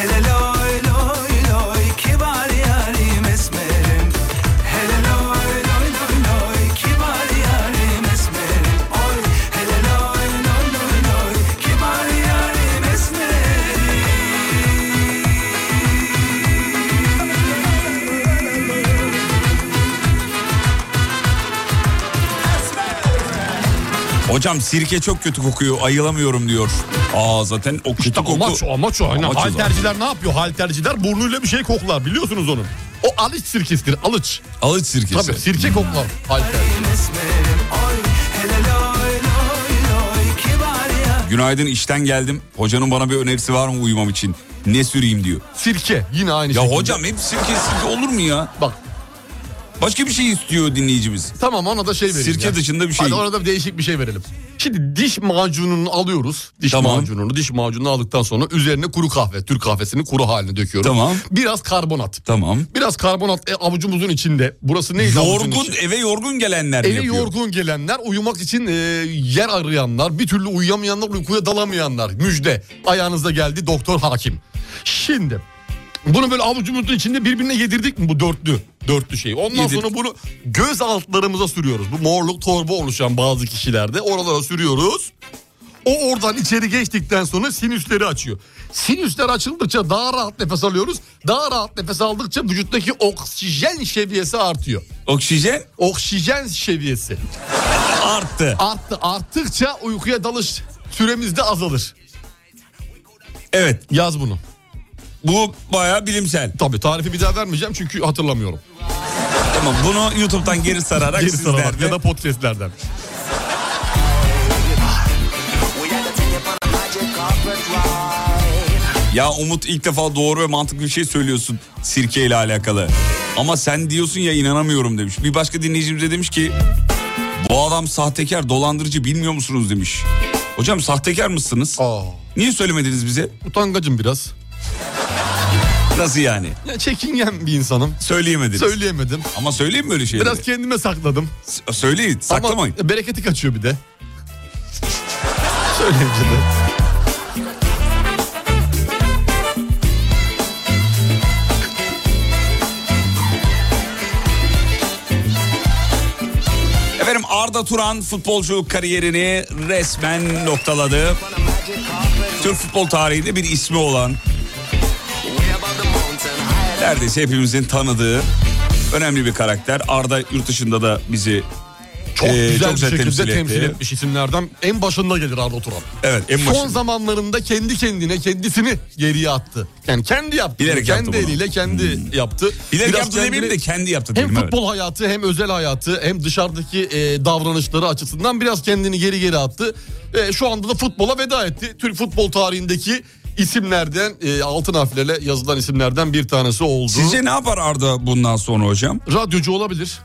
Hocam sirke çok kötü kokuyor, ayılamıyorum diyor. Aa zaten o kötü İşte koku. amaç o, amaç o. Aynen. Amaç o Halterciler ne yapıyor? Halterciler burnuyla bir şey koklar, biliyorsunuz onun. O alıç sirkesidir, alıç. Alıç sirkesi. Tabii sirke koklar halter. Günaydın, işten geldim. Hocanın bana bir önerisi var mı uyumam için? Ne süreyim diyor. Sirke yine aynı Ya şekilde. hocam hep sirke sirke olur mu ya? Bak. Başka bir şey istiyor dinleyicimiz. Tamam, ona da şey verelim. Sirke ya. dışında bir şey. Hadi ona da değişik bir şey verelim. Şimdi diş macununu alıyoruz. Diş Tamam. macununu, diş macununu aldıktan sonra üzerine kuru kahve. Türk kahvesini kuru haline döküyorum. Tamam. Biraz karbonat. Tamam. Biraz karbonat e, avucumuzun içinde. Burası neydi avucun Yorgun, içi? eve yorgun gelenler mi Eve yapıyor? yorgun gelenler, uyumak için e, yer arayanlar, bir türlü uyuyamayanlar, uykuya dalamayanlar. Müjde. Ayağınıza geldi doktor hakim. Şimdi bunu böyle avucumuzun içinde birbirine yedirdik mi bu dörtlü? Dörtlü şey. Ondan Yedir. sonra bunu göz altlarımıza sürüyoruz. Bu morluk torba oluşan bazı kişilerde oralara sürüyoruz. O oradan içeri geçtikten sonra sinüsleri açıyor. Sinüsler açıldıkça daha rahat nefes alıyoruz. Daha rahat nefes aldıkça vücuttaki oksijen seviyesi artıyor. Oksijen Oksijen seviyesi arttı. arttı. Arttıkça uykuya dalış süremiz de azalır. Evet, Yaz bunu. bu bayağı bilimsel. Tabii tarifi bir daha vermeyeceğim çünkü hatırlamıyorum. Tamam, bunu YouTube'dan geri sararak Geri sizler sararak de... ya da podcastlerden. Ya Umut, ilk defa doğru ve mantıklı bir şey söylüyorsun sirke ile alakalı. Ama sen diyorsun ya, inanamıyorum demiş. Bir başka dinleyicimiz de demiş ki bu adam sahtekar, dolandırıcı, bilmiyor musunuz demiş. Hocam sahtekar mısınız? Aa, Niye söylemediniz bize? utangacım biraz. Nasıl yani? Ya çekingen bir insanım. Söyleyemediniz. Söyleyemedim. Ama söyleyeyim mi öyle şeyleri? Biraz kendime sakladım. S- Söyleyin, saklamayın. Ama bereketi kaçıyor bir de. Söyleyeyim de. Efendim, Arda Turan futbolculuk kariyerini resmen noktaladı. Türk futbol tarihinde bir ismi olan, neredeyse hepimizin tanıdığı önemli bir karakter. Arda yurt dışında da bizi Çok Ee, güzel çok bir güzel şekilde temsil temsil, etti. etmiş isimlerden en başında gelir Arda Turan. evet en Son başında. zamanlarında kendi kendine kendisini geriye attı. Yani kendi yaptı. Bilerek kendi yaptı bunu. eliyle kendi yaptı. Bilerek Biraz yaptı demeyeyim de kendini- kendi yaptı Hem diyeyim. evet. futbol hayatı hem özel hayatı hem dışarıdaki e, davranışları açısından biraz kendini geri geri attı. E, şu anda da futbola veda etti. Türk futbol tarihindeki isimlerden e, altın harflerle yazılan isimlerden bir tanesi oldu. Sizce ne yapar Arda bundan sonra hocam? Radyocu olabilir.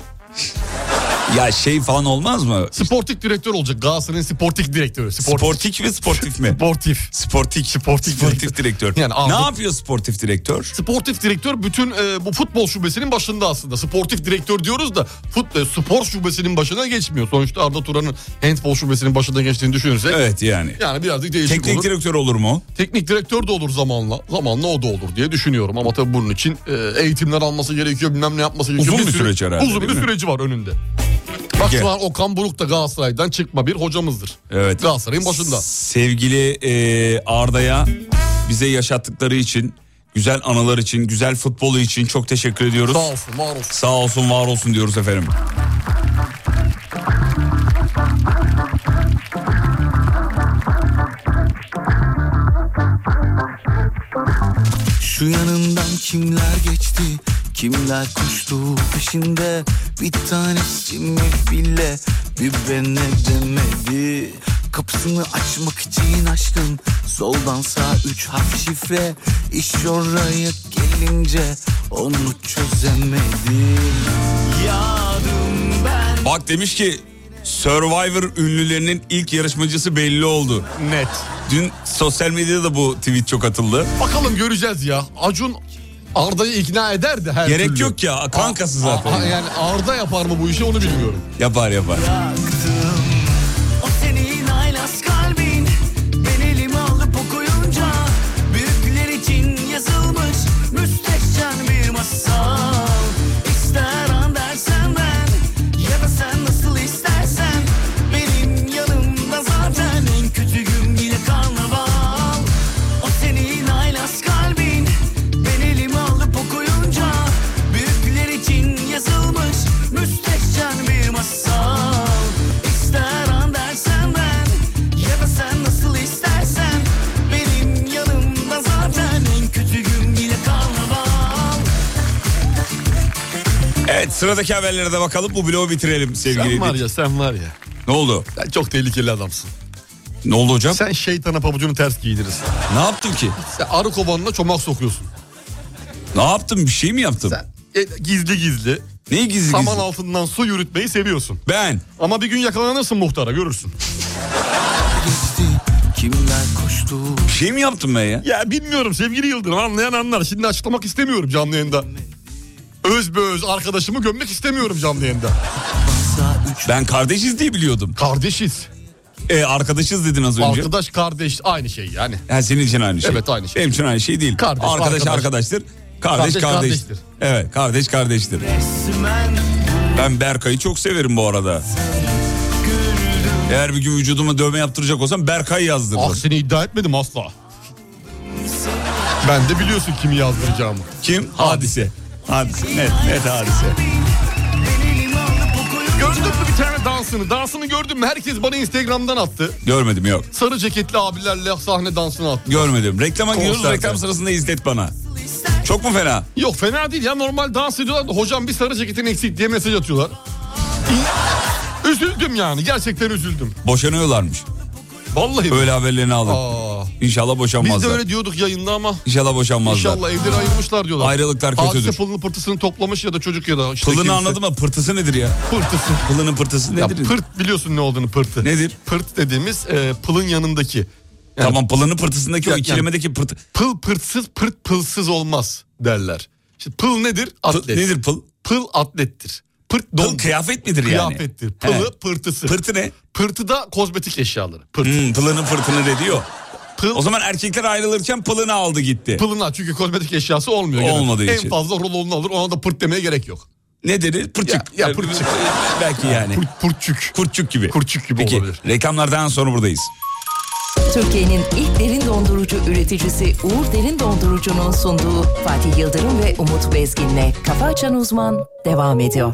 Ya şey falan olmaz mı? Sportif direktör olacak. Galatasaray'ın sportif direktörü. Sportif. Sportif ve sportif mi? Sportif. Sportif. Sportif Sportif direktör. Yani ne Arda- yapıyor sportif direktör? Sportif direktör bütün e, bu futbol şubesinin başında aslında. Sportif direktör diyoruz da fut, e, spor şubesinin başına geçmiyor. Sonuçta Arda Turan'ın handbol şubesinin başına geçtiğini düşünürsek. Evet yani. Yani birazcık değişik Teknik olur. direktör olur mu? Teknik direktör de olur zamanla. Zamanla o da olur diye düşünüyorum. Ama tabii bunun için e, eğitimler alması gerekiyor. Bilmem ne yapması gerekiyor. Uzun bir sürü- süreç herhalde, Uzun bir değil mi? süreci var önünde. Bak Peki. şu an Okan Buruk da Galatasaray'dan çıkma bir hocamızdır. Evet. Galatasaray'ın başında. Sevgili e, Arda'ya bize yaşattıkları için, güzel anılar için, güzel futbolu için çok teşekkür ediyoruz. Sağ olsun, var olsun. Sağ olsun, var olsun diyoruz efendim. Şu yanından kimler geçti, kimler koştu peşinde. Bir tanesi mi bile bir bana demedi. Kapısını açmak için açtım. Soldan sağ üç harf şifre. İş oraya gelince onu çözemedim. Yardım ben. Bak demiş ki Survivor ünlülerinin ilk yarışmacısı belli oldu. Net. Dün sosyal medyada da bu tweet çok atıldı. Bakalım göreceğiz ya. Acun Arda'yı ikna eder de her Gerek türlü. yok ya, kankası zaten. A- a- yani Arda yapar mı bu işi onu bilmiyorum. Yapar yapar. O senin haylaz kalbin. Ben elime alıp okuyunca büyükler için yazılmış müstehcen bir masal. İster an dersen ben ya da sen nasıl istersen. Benim yanımda zaten en kötü gün yine karnaval. O senin haylaz kalbin. Ben elime alıp okuyunca büyükler için yazılmış müstehcen bir masal. İster an dersen ben ya da sen nasıl istersen. Benim yanımda zaten en kötü gün yine karnaval. Evet, sıradaki haberlere de bakalım, bu bloğu bitirelim sevgili. Sen var ya sen var ya. Ne oldu? Sen çok tehlikeli adamsın. Ne oldu hocam? Sen şeytana pabucunu ters giydirirsin. Ne yaptım ki? Sen arı kovanına çomak sokuyorsun. Ne yaptım, bir şey mi yaptım? Sen e, gizli gizli Neyi gizli saman gizli? altından su yürütmeyi seviyorsun. Ben. Ama bir gün yakalanırsın muhtara, görürsün. Geçti, kimler koştu. Bir şey mi yaptım ben ya? Ya bilmiyorum sevgili Yıldırım, anlayan anlar. Şimdi açıklamak istemiyorum canlı yayında. Öz be öz arkadaşımı gömmek istemiyorum canlı yayında. Ben kardeşiz diye biliyordum. Kardeşiz. E, arkadaşız dedin az önce. Arkadaş kardeş aynı şey yani. Ha, senin için aynı şey. Evet, aynı şey. Benim için aynı şey değil. Kardeş, arkadaş, arkadaş. arkadaştır. Kardeş, Kardeş kardeştir. kardeştir. Evet, kardeş kardeştir. Ben Berkay'ı çok severim bu arada. Eğer bir gün vücuduma dövme yaptıracak olsam Berkay yazdırırım. Aksini iddia etmedim asla. Ben de biliyorsun kimi yazdıracağımı. Kim? Hadise. Hadise. Net, net hadise. Gördün mü bir tane dansını? Dansını gördün mü? Herkes bana Instagram'dan attı. Görmedim, yok. Sarı ceketli abilerle sahne dansını attı. Görmedim. Reklama gidiyoruz, Konserde. reklam sırasında izlet bana. Çok mu fena? Yok fena değil ya, normal dans ediyorlar da hocam bir sarı ceketin eksik diye mesaj atıyorlar. Üzüldüm yani, gerçekten üzüldüm. Boşanıyorlarmış. Vallahi Öyle haberlerini aldım. Aa. İnşallah boşanmazlar. Biz de öyle diyorduk yayında ama. İnşallah boşanmazlar. İnşallah evleri ayırmışlar diyorlar. Ayrılıklar Hadise kötüdür. pılını pırtısını toplamış ya da çocuk ya da işte Pılını kimse. anladım ama pırtısı nedir ya? Pırtısı. Pılının pırtısı Ya nedir? pırt biliyorsun ne olduğunu, pırtı. Nedir? Pırt dediğimiz e, pılın yanındaki. Yani Tamam, pılının pırtısındaki o Yani- ikilemedeki pırtı. pıl pırtsız pırt pılsız olmaz derler. İşte pıl nedir? Pıl, Atlet. nedir pıl? Pıl atlettir. Pırt Pıl don. kıyafet midir yani? Kıyafettir. Pılı He. pırtısı. Pırtı ne? Pırtı da kozmetik eşyaları. Pırt. Hmm, pılının pırtını ne diyor? Pıl, O zaman erkekler ayrılırken pılını aldı gitti. pılına çünkü kozmetik eşyası olmuyor. gene. Olmadığı en için. fazla rolonunu alır, ona da pırt demeye gerek yok. Ne dedi? Pırçık. Ya- ya pırçık. Belki yani. Pırt, pırtçük. Kurtçuk gibi. Kurtçuk gibi Peki, olabilir. reklamlardan sonra buradayız. Türkiye'nin ilk derin dondurucu üreticisi Uğur Derin Dondurucu'nun sunduğu Fatih Yıldırım ve Umut Bezgin'le Kafa Açan Uzman devam ediyor.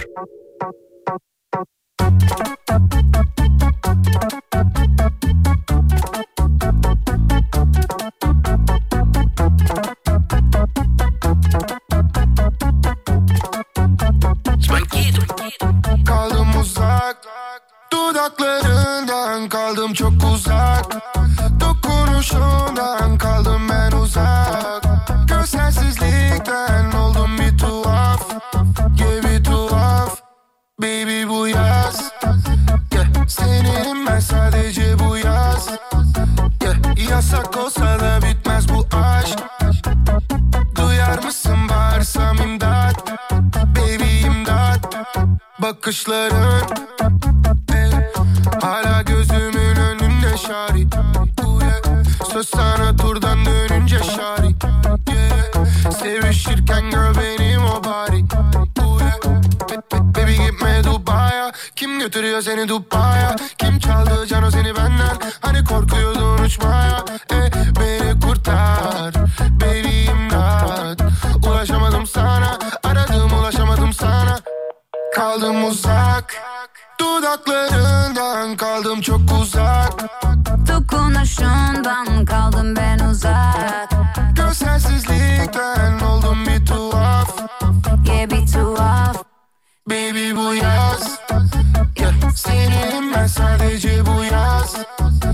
Kaldım uzak, dudaklarından kaldım çok uzak. Dokunuşundan kaldım ben uzak. Gözsensizlikten oldum bir tuhaf. Yeah, bir tuhaf. Baby bu yaz, yeah, senin ben sadece bu yaz. Yeah, yasak olsa da bitmez bu aşk. Duyar mısın bağırsam imdat. Baby imdat. Bakışların eh, hala gözümün önünde şari. Uh, yeah. Söz sana turdan dönünce şari. Yeah. Sevişirken gör benim o bari. Uh, yeah. Ba- ba- Baby gitme Dubai'ye. Kim götürüyor seni Dubai'ye? Kim çaldı cano seni benden? Hani korkuyordun uçmaya. Eh, beni kurtar baby imdat. Ulaşamadım sana, aradım ulaşamadım sana. Kaldım uzak, dudaklarından kaldım çok uzak. Dokunuşundan kaldım ben uzak. Gözsensizlikten oldum bir tuhaf. Yeah, bir tuhaf. Baby bu yaz, yeah, senin ben sadece bu yaz.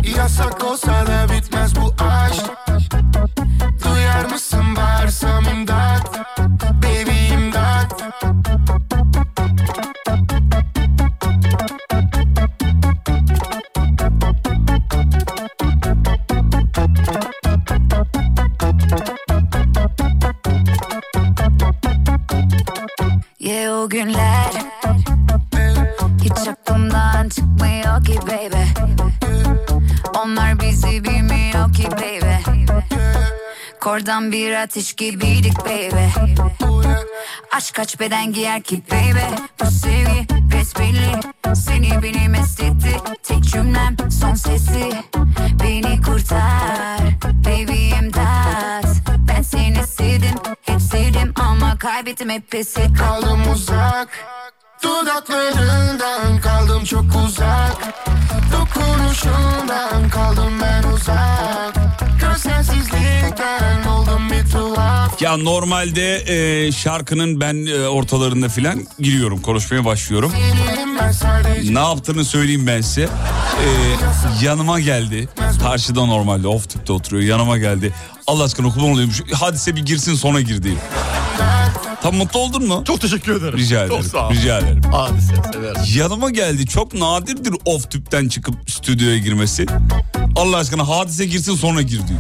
Yasak olsa da bitmez bu aşk. Duyar mısın bağırsam imdat, baby imdat. Yeah, o günler hiç aklımdan çıkmıyor ki baby. Onlar bizi bilmiyor ki baby. Kordan bir ateş gibiydik baby. Aşk kaç beden giyer ki baby. Bu sevgi besbelli, seni beni mest etti. Tek cümlem son sesi, beni kurtar baby imdat. Ben seni sevdim, hep sevdim ama kaybettim hep pes et. Kaldım uzak, dudaklarından kaldım çok uzak. Dokunuşundan kaldım ben uzak. Gözsensizlikten oldum bir tuhaf. Ya normalde e, şarkının ben e, ortalarında filan giriyorum, konuşmaya başlıyorum. Ne yaptığını söyleyeyim ben size. E, yanıma geldi. Karşıda normalde off tipte oturuyor. Yanıma geldi. Allah aşkına kurban olayım. Şu Hadise bir girsin sonra girdi. Tam mutlu oldun mu? Çok teşekkür ederim. Rica ederim. Çok sağ ol. Rica ederim. Hadise severim. Yanıma geldi. Çok nadirdir off tüpten çıkıp stüdyoya girmesi. Allah aşkına Hadise girsin sonra gir diyor.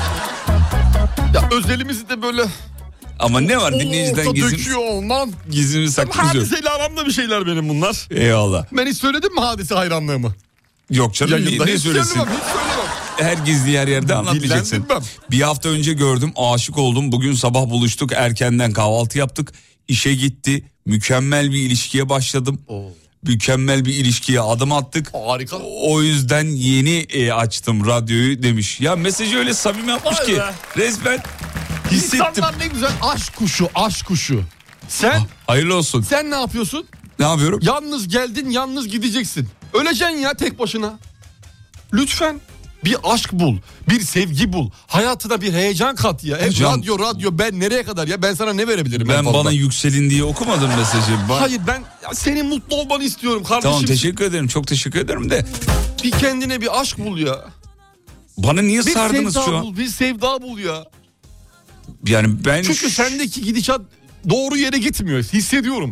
Ya özelimizi de böyle... Ama ne var dinleyiciden gizim, döküyor olman. gizimi saklıyoruz. Hadiseyle aramda bir şeyler benim bunlar. Eyvallah. Ben hiç söyledim mi Hadise hayranlığımı? Yok canım Yayında ne, ne hiç söylesin? söylemem, hiç söylemem. Her gizli her yerde anlatmayacaksın. Dillendirmem. Bir hafta önce gördüm, aşık oldum. Bugün sabah buluştuk, erkenden kahvaltı yaptık. İşe gitti, mükemmel bir ilişkiye başladım. Oo. Mükemmel bir ilişkiye adım attık. Harika. O yüzden yeni e, açtım radyoyu demiş. Ya mesajı öyle samimi yapmış Vay ki be. resmen hissettim. İnsanlar ne güzel aşk kuşu, aşk kuşu. Sen, Hayırlı olsun. sen ne yapıyorsun? Ne yapıyorum? Yalnız geldin, yalnız gideceksin. Öleceksin ya tek başına. Lütfen bir aşk bul, bir sevgi bul. Hayatına bir heyecan kat ya. Hep Hocam, radyo, radyo ben nereye kadar ya? Ben sana ne verebilirim? Ben fazla? bana yükselin diye okumadım mesajı. Ba- Hayır ben ya senin mutlu olmanı istiyorum kardeşim. Tamam teşekkür ederim, çok teşekkür ederim de. Bir kendine bir aşk bul ya. Bana niye Bir sardınız sevda şu an? bul, bir sevda bul ya. Yani ben... Çünkü sendeki gidişat doğru yere gitmiyor. Hissediyorum.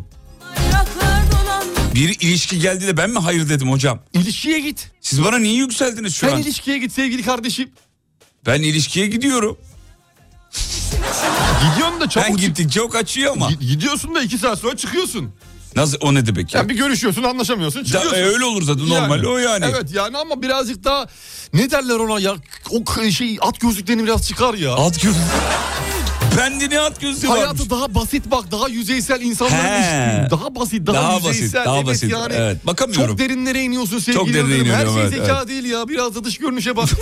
Bir ilişki geldi de ben mi hayır dedim hocam? İlişkiye git. Siz bana niye yükseldiniz şu Sen an? ilişkiye git sevgili kardeşim. Ben ilişkiye gidiyorum. Gidiyorsun da çabuk Ben çık. gittikçe o kaçıyor ama. Gi- Gidiyorsun da iki saat sonra çıkıyorsun. Nasıl, o ne demek ya? Yani bir görüşüyorsun, anlaşamıyorsun, Da, çıkıyorsun. e, öyle olur zaten normal o yani. Evet yani ama birazcık daha ne derler ona ya, o k- şey at gözlüklerini biraz çıkar ya. At gözü. Bende ne at gözü varmış? Hayatı daha basit bak, daha yüzeysel insanların He. ilişkileri. Daha basit, daha, Daha basit, yüzeysel. daha evet, basit. Yani Evet, bakamıyorum. Çok derinlere iniyorsun sevgili Çok derine Yıldırım. Her iniyorum, şey evet, zeka evet. değil ya, biraz da dış görünüşe bak.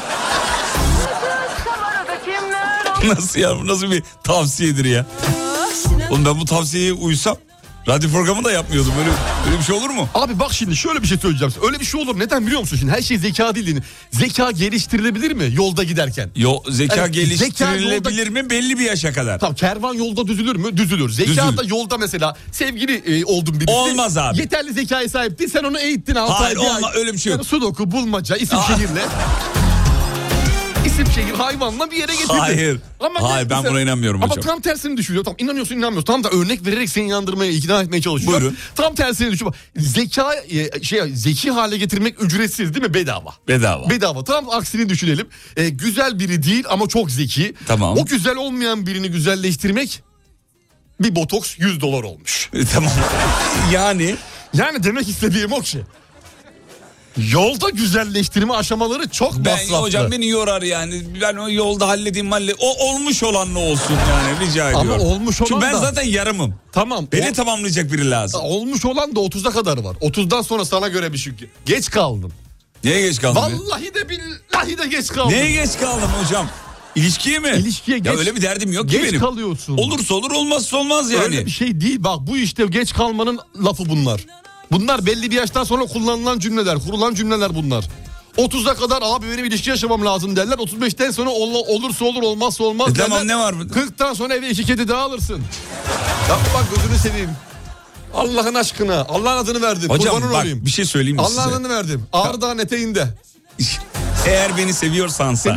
Nasıl ya, bu nasıl bir tavsiyedir ya? Oğlum ben bu tavsiyeye uysam radyo programı da yapmıyordum. Böyle, böyle bir şey olur mu? Abi bak şimdi şöyle bir şey söyleyeceğim. Öyle bir şey olur. Neden biliyor musun? Şimdi her şey zeka değil. Zeka geliştirilebilir mi yolda giderken? Yo, zeka Evet, geliştirilebilir zeka yolda- mi belli bir yaşa kadar? Tamam, kervan yolda düzülür mü? Düzülür. Zeka Düzülür. da yolda mesela sevgili e, oldun birisi. Olmaz abi. Yeterli zekaya sahip değil. Sen onu eğittin. altı Hayır, ay, bir olma- ay. öyle bir şey yok. Yani sudoku, bulmaca, isim Aa. şehirle. İsim şehir hayvanla bir yere getirdin. Hayır. Ama Hayır, ben mesela- buna inanmıyorum ama hocam. tam tersini düşünüyor. Tam inanıyorsun inanmıyorsun. Tam da örnek vererek seni inandırmaya, ikna etmeye çalışıyor. Buyurun. Tam tersini düşün. Bak, Zeka e, şey zeki hale getirmek ücretsiz değil mi? Bedava. Bedava. Bedava. Tam aksini düşünelim. E, güzel biri değil ama çok zeki. Tamam. O güzel olmayan birini güzelleştirmek bir botoks yüz dolar olmuş. E, tamam. Yani Yani demek istediğim o ki. Yolda güzelleştirme aşamaları çok ben masraflı. hocam beni yorar yani. Ben o yolda halledeyim halle. O olmuş olan ne olsun yani, rica Ama ediyorum. olmuş Çünkü olan ben da- zaten yarımım. Tamam. Beni o- tamamlayacak biri lazım. Olmuş olan da otuza kadar var. otuzdan sonra sana göre bir şey. Geç kaldın. Neye geç kaldım? ya? Vallahi de billahi de geç kaldın. Neye geç kaldım hocam? İlişkiye mi? İlişkiye Ya geç- öyle bir derdim yok geç ki benim. kalıyorsun. Olursa olur, olmazsa olmaz yani. Öyle bir şey değil. Bak bu işte geç kalmanın lafı bunlar. Bunlar belli bir yaştan sonra kullanılan cümleler, kurulan cümleler bunlar. otuza kadar abi benim ilişki yaşamam lazım derler. otuz beşten sonra ol- olursa olur, olmazsa olmaz E derler. tamam, ne var burada? kırktan sonra eve iki kedi daha alırsın. Ya bak gözünü seveyim. Allah'ın aşkına. Allah'ın adını verdim. Hocam Kurbanın bak olayım. bir şey söyleyeyim mi Allah'ın size? adını verdim. Ağrı Dağı'nın eteğinde. Eğer beni seviyorsansa.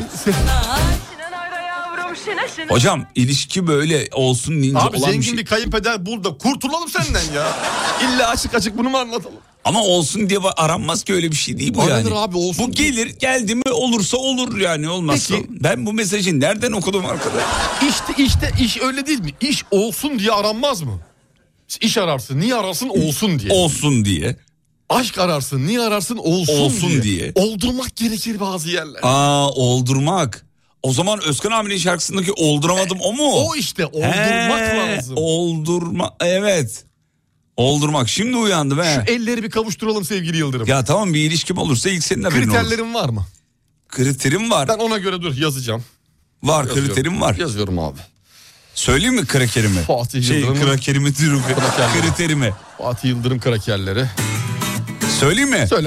Hocam ilişki böyle olsun deyince Abi olan zengin bir şey. bir kayınpeder bul da kurtulalım senden ya. İlla açık açık bunu mu anlatalım? Ama olsun diye aranmaz ki, öyle bir şey değil bu Aranır yani. abi, olsun bu ki. gelir, geldi mi olursa olur yani, olmazsa. Peki. Ben bu mesajı nereden okudum arkadaş? İşte işte iş öyle değil mi? İş olsun diye aranmaz mı? İş ararsın, niye ararsın? Olsun diye. Olsun diye. Aşk ararsın, niye ararsın? Olsun, Olsun diye. diye. Oldurmak gerekir bazı yerler. Aa, oldurmak. O zaman Özkan abinin şarkısındaki olduramadım o mu? O işte oldurmak He, lazım. Oldurma, evet. Oldurmak. Şimdi uyandım he. Şu elleri bir kavuşturalım sevgili Yıldırım. Ya tamam, bir ilişkim olursa ilk senin haberin olur. Kriterlerin var mı? Kriterim var. Ben ona göre dur yazacağım. Var, Yazıyorum. kriterim var. Yazıyorum abi. Söyleyeyim mi krakerimi? Fatih Şey, Yıldırım'ın- krakerimi diyorum. Krakerleri. Kriterimi. Fatih Yıldırım krakerleri. Söyleyeyim mi? Söyle.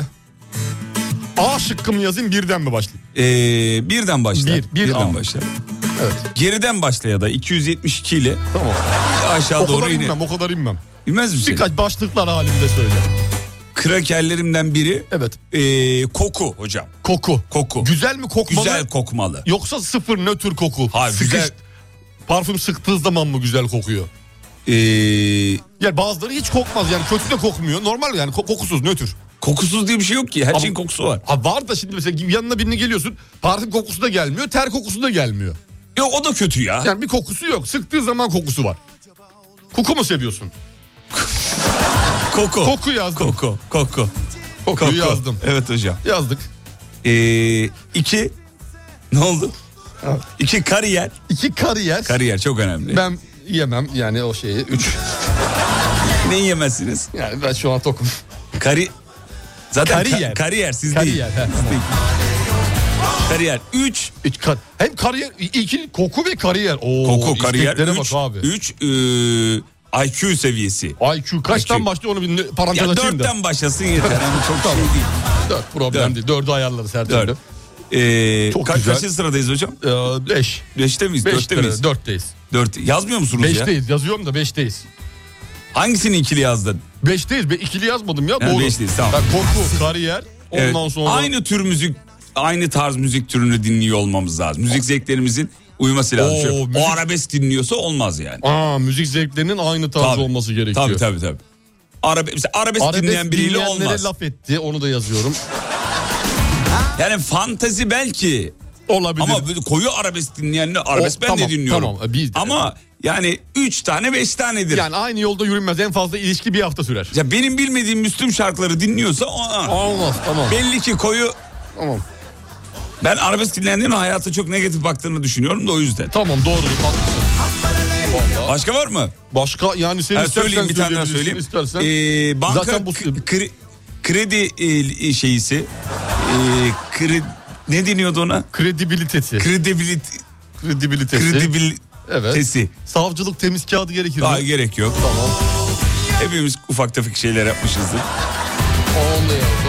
A şıkkı mı yazayım, birden mi başlayayım? Ee, birden başla. Bir, bir birden A. başla. Evet. Geriden başla ya da iki yüz yetmiş iki ile Tamam. aşağı O doğru kadar ine. inmem, o kadar inmem. Bilmez misin? Birkaç başlıklar halinde söyle. Krakerlerimden biri Evet. ee, koku hocam. Koku. Koku. Güzel mi kokmalı? Güzel kokmalı. Yoksa sıfır nötr koku. Hayır, Sıkış- güzel. Parfüm sıktığı zaman mı güzel kokuyor? Ee, Yani bazıları hiç kokmaz, yani kötü de kokmuyor. Normal yani ko- kokusuz, nötr. kokusuz diye bir şey yok ki. Her Ama- şeyin kokusu var. Ha var da şimdi mesela yanına birine geliyorsun. Parfüm kokusu da gelmiyor, ter kokusu da gelmiyor. Yok, o da kötü ya. Yani bir kokusu yok. Sıktığı zaman kokusu var. Koku mu seviyorsun? Koku. Koku yazdım. Koku. Koku. Kokuyu Koku. yazdım. Evet hocam. Yazdık. Ee, iki. Ne oldu? Evet. İki, kariyer. İki kariyer. Kariyer çok önemli. Ben yemem yani o şeyi. Üç. Ne yemezsiniz? Yani ben şu an tokum. Kari... Zaten Kariyer. ka- kariyer siz Kariyer. değil. he, Siz değil. Kariyer. Üç. Üç kar hem kariyer, iki koku ve kariyer. Oo, Koku, kariyer. isteklere Üç. bak abi. Üç. E, I Q seviyesi. I Q kaçtan I Q. başlıyor onu bir parantez Ya açayım da. dörtten başlasın yeter. Yani çok şey değil. Dört problem Dört. değil. Dördü ayarlarız her türlü. Dört. Ee, Çok ka- güzel. kaçıncı sıradayız hocam? Ee, beş. Beşte miyiz? Dörtte Beş miyiz? dörtteyiz. Dört. Yazmıyor musunuz ya? Beşteyiz. Yazıyorum da beşteyiz. Hangisini ikili yazdın? Beşteyiz. Ben ikili yazmadım ya. Ha, Doğru. beşteyiz, tamam. Ben koku, kariyer. Ondan Evet. sonra. Aynı tür müzik, aynı tarz müzik türünü dinliyor olmamız lazım. Müzik zevklerimizin uyuması lazım. Oo, Şöyle, müzik- O arabesk dinliyorsa olmaz yani. Aa, müzik zevklerinin aynı tarz Tabii. olması gerekiyor. Tabii tabii tabii. Arabe mesela arabesk, Arabesk dinleyen biriyle dinleyenlere olmaz. laf etti. Onu da yazıyorum. Yani fantezi belki. Olabilir. Ama böyle koyu arabesk dinleyenler, arabesk O- ben tamam, de dinliyorum. tamam, biz de. Ama yani üç tane beş tanedir. Yani aynı yolda yürünmez. En fazla ilişki bir hafta sürer. Ya benim bilmediğim Müslüm şarkıları dinliyorsa o- Olmaz. Tamam. belli ki koyu. Tamam. Ben arabesk dinleyenlerin hayata çok negatif baktığını düşünüyorum da o yüzden. Tamam doğrudur. Haklısın. Vallahi. Başka var mı? Başka yani sen Ha, istersen söyleyeyim bir tane daha söyleyebilirsin, söyleyeyim. istersen. Ee, banka Zaten bu- k- kre- kredi e, şeyisi. E, kre- ne deniyordu ona? Kredibilitesi. Kredibilit Kredibilitesi. kredibilitesi. Evet. Savcılık temiz kağıdı gerekir Daha mi? gerek yok. Tamam. Hepimiz ufak tefek şeyler yapmışızdır. Onu da yazdım.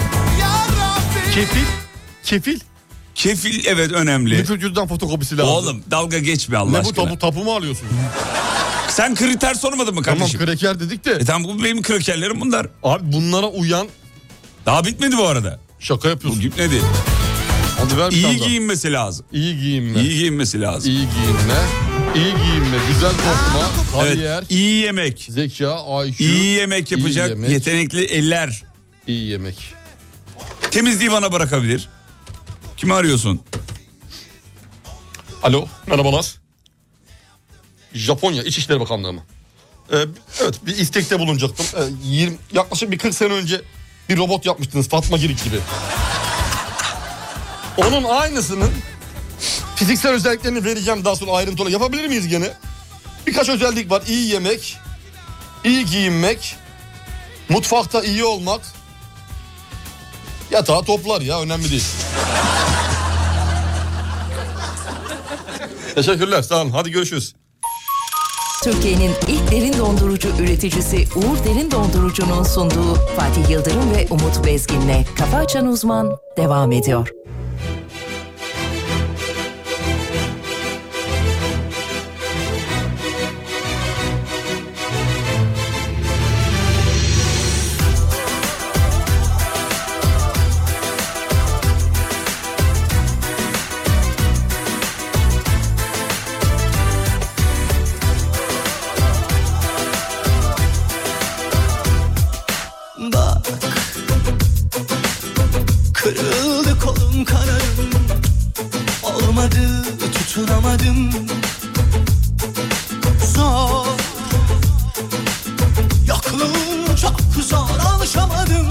Kefil. Kefil. Kefil evet önemli. Nüfus cüzdan fotokopisi lazım. Oğlum dalga geçme Allah Ne bu aşkına. tapu, tapu mu alıyorsun? Sen kriter sormadın mı Tamam kardeşim? kreker dedik de. E tamam, bu benim krakerlerim bunlar. Abi bunlara uyan Daha bitmedi bu arada. şaka Bu yapıyorsun. bitmedi. Hadi ver bir İyi tane daha. giyinmesi lazım. İyi giyinme. İyi giyinmesi lazım. İyi giyinme. İyi giyinme. Güzel kokma. Kariyer. Evet. İyi yemek. Zeka. I Q. İyi yemek yapacak İyi yemek. yetenekli eller. İyi yemek. Temizliği bana bırakabilir. Kimi arıyorsun? Alo, merhabalar. Japonya İçişleri Bakanlığı mı? Ee, evet, bir istekte bulunacaktım. Ee, yirmi, yaklaşık bir kırk sene önce bir robot yapmıştınız Fatma Girik gibi. Onun aynısının fiziksel özelliklerini vereceğim daha sonra ayrıntılı. Yapabilir miyiz gene? Birkaç özellik var. İyi yemek, iyi giyinmek, mutfakta iyi olmak. Yatağı toplar ya, önemli değil. Teşekkürler, sağ olun. Hadi görüşürüz. Türkiye'nin ilk derin dondurucu üreticisi Uğur Derin Dondurucu'nun sunduğu Fatih Yıldırım ve Umut Bezgin'le Kafa Açan Uzman devam ediyor. zor alışamadım.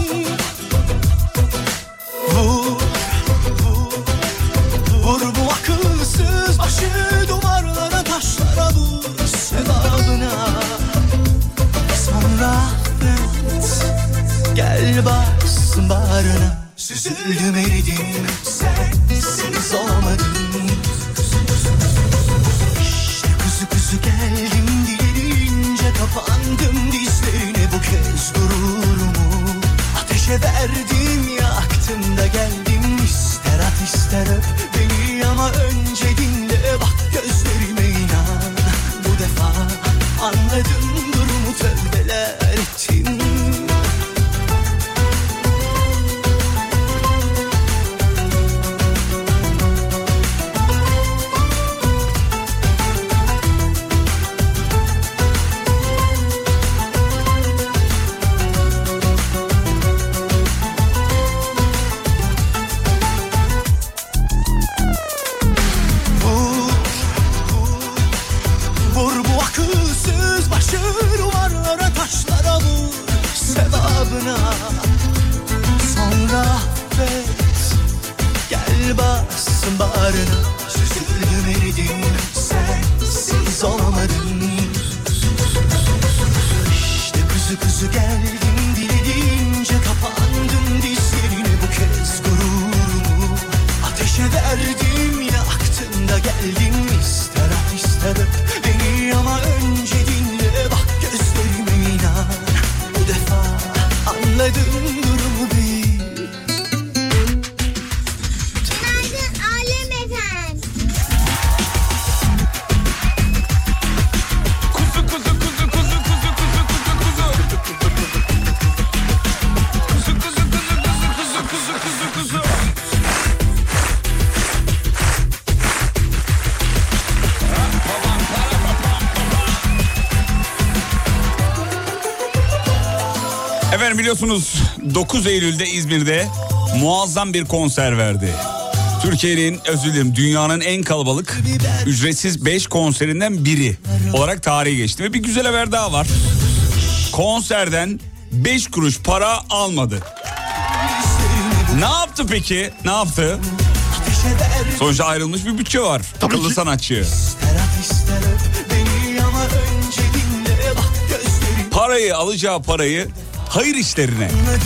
Vur, vur, vur bu akılsız başı duvarlara, taşlara vur sevabına. Sonra affet, gel baksın bağrına. Süzüldüm eridim, sensiz olmadım. İşte kuzu kuzu geldim, dilerince kapandım dizlerine. Bu kez gururumu ateşe verdim, yaktım da geldim. İster at ister öp beni ama önce dinle, bak gözlerime inan. Bu defa anladım durumu, tövbeler ettim. Sonra affet, gel bassın bağrına. Süzüldüm eridim, sensiz olmadım. İşte kuzu kuzu geldim, dilediğince kapandım dizlerine. Bu kez gururumu ateşe verdim, yaktım da geldim. İster at ister öp beni ama önce dinle, bak gözlerime inan. Bu defa anladım durumu bir. Günaydın Alem Efendi. Kuzu kuzu kuzu kuzu kuzu kuzu kuzu kuzu. Kuzu kuzu kuzu kuzu kuzu kuzu kuzu kuzu. Efendim biliyorsunuz dokuz Eylül'de İzmir'de muazzam bir konser verdi. Türkiye'nin, özür dilerim, dünyanın en kalabalık ücretsiz beş konserinden biri olarak tarihe geçti. Ve bir güzel haber daha var. Konserden beş kuruş para almadı. Ne yaptı peki? Ne yaptı? Sonuçta ayrılmış bir bütçe var. Akıllı sanatçı. Parayı, alacağı parayı hayır işlerine.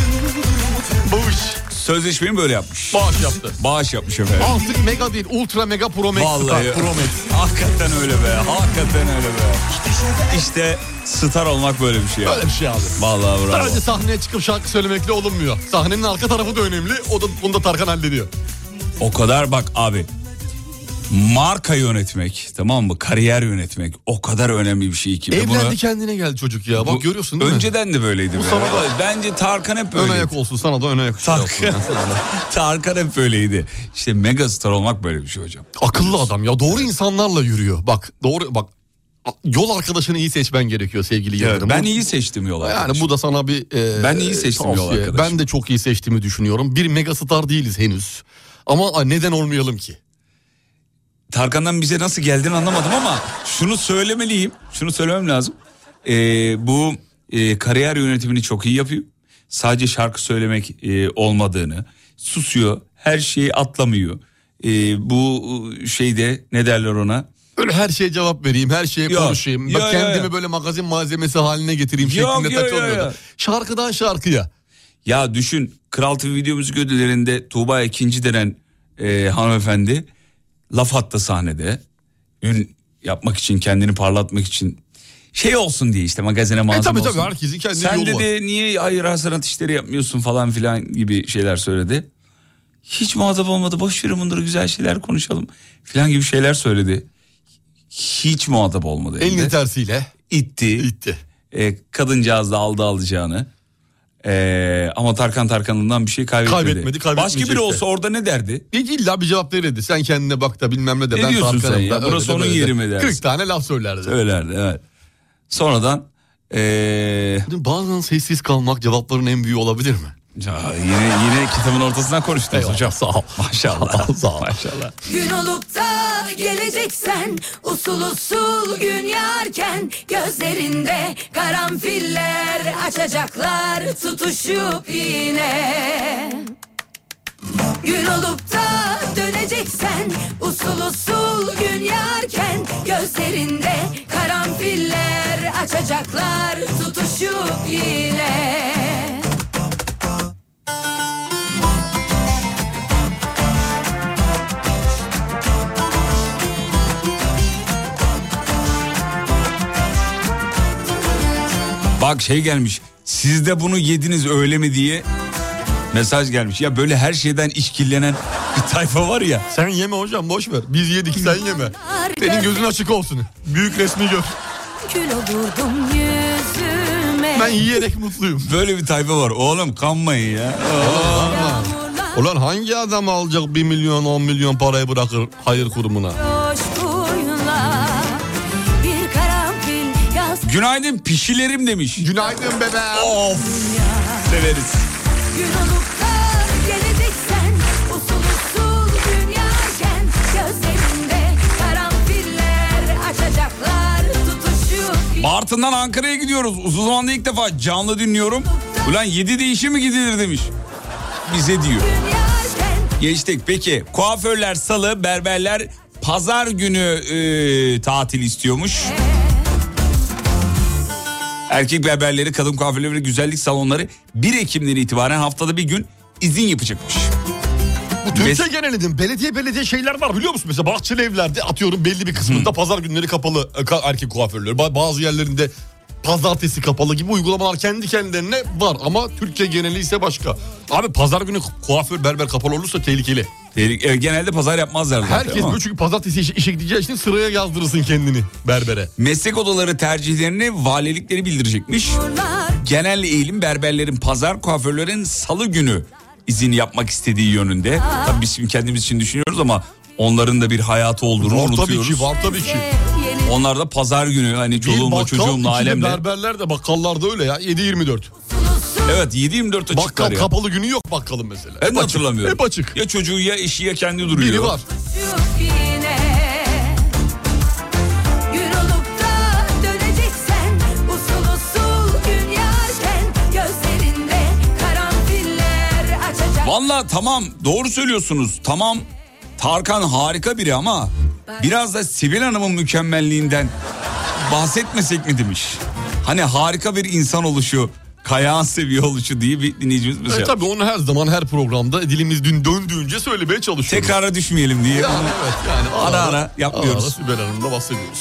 Bağış. Sözleşmeyi böyle yapmış. Bağış yaptı. Bağış yapmış efendim. Artık mega değil, ultra mega pro max. Vallahi Star, pro max. hakikaten öyle be. Hakikaten öyle be. İşte star olmak böyle bir şey ya. Böyle bir şey abi. Vallahi bravo. Sadece sahneye çıkıp şarkı söylemekle olunmuyor. Sahnenin arka tarafı da önemli. O da bunu da Tarkan hallediyor. O kadar bak abi. Marka yönetmek, tamam mı? Kariyer yönetmek o kadar önemli bir şey ki. Evlendi Bunu, kendine geldi çocuk ya. Bak bu, görüyorsun değil önceden mi? de böyleydi. Bu be. sana da- Bence Tarkan hep Ön böyleydi. ayak olsun, sana da ön ayak şey olsun. Tarkan, Tarkan hep böyleydi. İşte megastar olmak böyle bir şey hocam. Akıllı adam ya, doğru insanlarla yürüyor. Bak doğru bak, yol arkadaşını iyi seçmen gerekiyor sevgili Evet, Yıldırım. ben Bu- iyi seçtim yol Yani arkadaşım. bu da sana bir e, Ben iyi seçtim yol tavsiye. arkadaşım. Ben de çok iyi seçtiğimi düşünüyorum. Bir megastar değiliz henüz. Ama neden olmayalım ki? Tarkan'dan bize nasıl geldiğini anlamadım ama şunu söylemeliyim. Şunu söylemem lazım. Ee, bu e, kariyer yönetimini çok iyi yapıyor. Sadece şarkı söylemek e, olmadığını, susuyor, her şeyi atlamıyor. E, bu şeyde ne derler ona? Öyle her şeye cevap vereyim, her şeye Yok, konuşayım. yok, Bak yok, kendimi yok. böyle magazin malzemesi haline getireyim Yok, şeklinde yok, takılmıyor yok, da. yok. Şarkıdan şarkıya. Ya düşün, Kral T V video müzik ödüllerinde Tuğba ikinci denen e, hanımefendi laf attı sahnede. Ün yapmak için, kendini parlatmak için, şey olsun diye, işte magazine malzeme E tabii olsun. tabii, herkesin kendi Sen yolu var. dedi niye hayır sanat işleri yapmıyorsun falan filan gibi şeyler söyledi. Hiç muhatap olmadı, boş verin bunları, güzel şeyler konuşalım filan gibi şeyler söyledi. Hiç muhatap olmadı. Elinin elinde. tersiyle İtti. itti. E, kadıncağız da aldı alacağını. E, ama Tarkan Tarkan'ından bir şey kaybetmedi. Kaybetmedi, kaybetmeyecek Başka biri de. olsa orada ne derdi? İlk illa bir cevap verirdi. Sen kendine bak da bilmem ne de. Ne ben diyorsun Tarkan'ım sen ya? da, Burası öyle de onun böyle de. yeri mi dersin? kırk tane laf söylerdi. Söylerdi, evet. Sonradan e, Bazen sessiz kalmak cevapların en büyüğü olabilir mi? Ya yine yine kitabın ortasından konuştunuz Eyvallah, hocam. sağ ol. Maşallah. Sağ ol. Maşallah. Gün olup da geleceksen usul usul gün yarken gözlerinde karanfiller açacaklar tutuşup yine. Gün olup da döneceksen usul usul gün yarken gözlerinde karanfiller açacaklar tutuşup yine. Bak şey gelmiş. Siz de bunu yediniz öyle mi diye mesaj gelmiş. Ya böyle her şeyden işkillenen bir tayfa var ya. Sen yeme hocam, boş ver. Biz yedik, sen yeme. Senin gözün açık olsun. Büyük resmi gör. Kül olurdum yüzüme. Ben yiyerek mutluyum. Böyle bir tayfa var. Oğlum kanmayın ya. Aa. Ulan hangi adam alacak bir milyon on milyon parayı bırakır hayır kurumuna? Bir karanfil yaz. Günaydın pişilerim demiş. Günaydın bebe. Of. Severiz. Gün olup da geleceksen usul usul gün yarken gözlerinde karanfiller açacaklar tutuşup. Bartın'dan Ankara'ya gidiyoruz. Uzun zamanda ilk defa canlı dinliyorum. Ulan yedi değişi mi gidilir demiş. Bize diyor. Geçtik peki. Kuaförler salı, berberler pazar günü e, tatil istiyormuş. Erkek berberleri, kadın kuaförleri ve güzellik salonları bir Ekim'den itibaren haftada bir gün izin yapacakmış. Bu Türkiye genelinde belediye belediye şeyler var biliyor musun? Mesela Bahçeli Evler'de atıyorum belli bir kısmında pazar günleri kapalı erkek kuaförleri. Bazı yerlerinde pazartesi kapalı gibi uygulamalar kendi kendilerine var. Ama Türkiye geneli ise başka. Abi pazar günü kuaför berber kapalı olursa tehlikeli. Tehlikeli. Genelde pazar yapmazlar zaten. Herkes böyle çünkü pazartesi işe, işe gideceği için sıraya yazdırırsın kendini berbere. Meslek odaları tercihlerini valilikleri bildirecekmiş. Genel eğilim berberlerin pazar, kuaförlerin salı günü izin yapmak istediği yönünde. Tabii biz şimdi kendimiz için düşünüyoruz ama onların da bir hayatı olduğunu var unutuyoruz. Tabii ki, var tabii ki. Onlar da pazar günü hani çoluğumla çocuğumla ailemle. Berberler de bakkallarda öyle ya yedi yirmi dört. Evet yedi yirmi dört açıklar Bakkal ya. kapalı günü yok bakkalın mesela. Ben Hep de açık, hatırlamıyorum. Hep açık. Ya çocuğu ya eşi ya kendi duruyor. Biri var. Gün olup da döneceksen usul usul gün yarken gözlerinde karanfiller açacak. Vallahi tamam doğru söylüyorsunuz. Tamam Tarkan harika biri ama biraz da Sibel Hanım'ın mükemmelliğinden bahsetmesek mi demiş. Hani harika bir insan oluşu, kayağın seviye oluşu diye bir dinleyicimiz mesela. E, tabii onu her zaman her programda dilimiz dün döndüğünce söylemeye çalışıyoruz. Tekrara düşmeyelim diye. Yani evet yani ara ara, ara yapmıyoruz. Ara ara Sibel Hanım'da bahsediyoruz.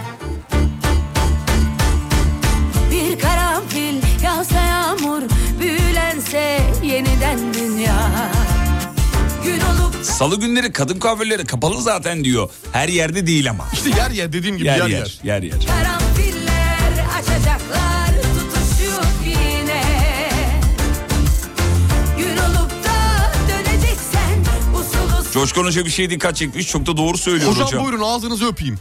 Bir karanfil yağsa yağmur büyülense yeniden dünya. Gün olup Salı günleri kadın kuaförleri kapalı zaten diyor. Her yerde değil ama. İşte yer yer dediğim gibi yer yer yer. yer. Yer yer. karanfiller açacaklar tutuşup yine. Gün olup da döneceksen usul usul. Coşkun Hoca bir şey dikkat çekmiş. Çok da doğru söylüyor Hocam, hocam. buyurun ağzınızı öpeyim.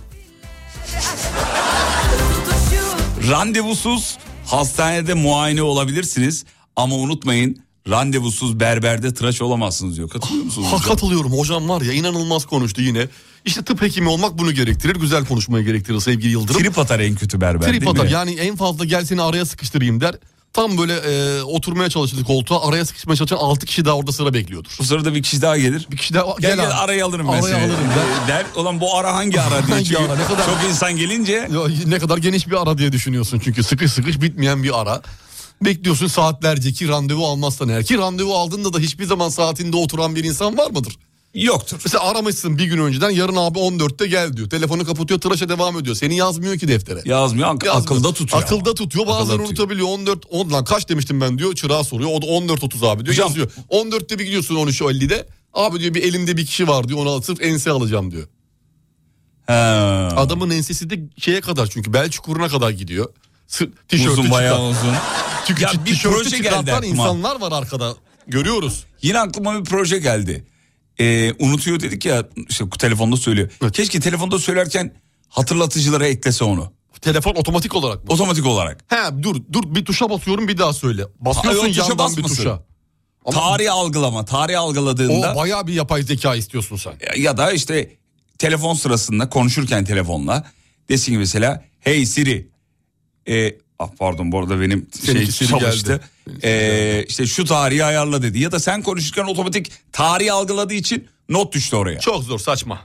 Randevusuz hastanede muayene olabilirsiniz. Ama unutmayın randevusuz berberde tıraş olamazsınız diyor. Katılıyor musunuz Ha, hocam? katılıyorum hocam var ya inanılmaz konuştu yine. İşte tıp hekimi olmak bunu gerektirir. Güzel konuşmayı gerektirir sevgili Yıldırım. Trip atar en kötü berber Trip değil atar mi? yani en fazla gel seni araya sıkıştırayım der. Tam böyle e, oturmaya çalıştı koltuğa araya sıkışmaya çalışan altı kişi daha orada sıra bekliyordur. Bu sırada bir kişi daha gelir. Bir kişi daha Gel gel, abi. arayı alırım ben Arayı seni. alırım der. Der. Ulan bu ara hangi ara diye. Hangi Çünkü ara, ne kadar- çok insan gelince. Ya, ne kadar geniş bir ara diye düşünüyorsun çünkü sıkış sıkış bitmeyen bir ara. Bekliyorsun saatlerce ki randevu almazsan eğer ki randevu aldığında da hiçbir zaman saatinde oturan bir insan var mıdır? Yoktur. Mesela aramışsın bir gün önceden yarın abi on dörtte gel diyor. Telefonu kapatıyor tıraşa devam ediyor. Seni yazmıyor ki deftere. Yazmıyor, ak- Yazmıyor. akılda tutuyor. Akılda tutuyor bazen Akılda unutabiliyor. on dört on lan kaç demiştim ben diyor çırağa soruyor. O da on dört otuz abi diyor Hocam- yazıyor. on dörtte bir gidiyorsun on üç ellide. Abi diyor bir elimde bir kişi var diyor ona sırf ense alacağım diyor. He. Adamın ensesi de şeye kadar çünkü bel çukuruna kadar gidiyor. Sı- Tişörtü Uzun bayağı çıkar. uzun. Çünkü Ya çi- bir tişörtü proje geldi çıkartan aklıma. insanlar var arkada. Görüyoruz. Yine aklıma bir proje geldi. Ee, unutuyor dedik ya işte telefonda söylüyor. Evet. Keşke telefonda söylerken hatırlatıcılara eklese onu. Telefon otomatik olarak mı? Otomatik olarak. He dur dur bir tuşa basıyorum bir daha söyle. Basıyorsun Ay, o tuşa yandan bir basmasın. tuşa. Ama tarih algılama. Tarih algıladığında. O bayağı bir yapay zeka istiyorsun sen. Ya da işte telefon sırasında konuşurken telefonla desin ki mesela hey Siri. E, ah pardon bu arada benim Seninki şey Siri çalıştı. E, işte şu tarihi ayarla dedi. Ya da sen konuşurken otomatik tarih algıladığı için not düştü oraya. Çok zor, saçma.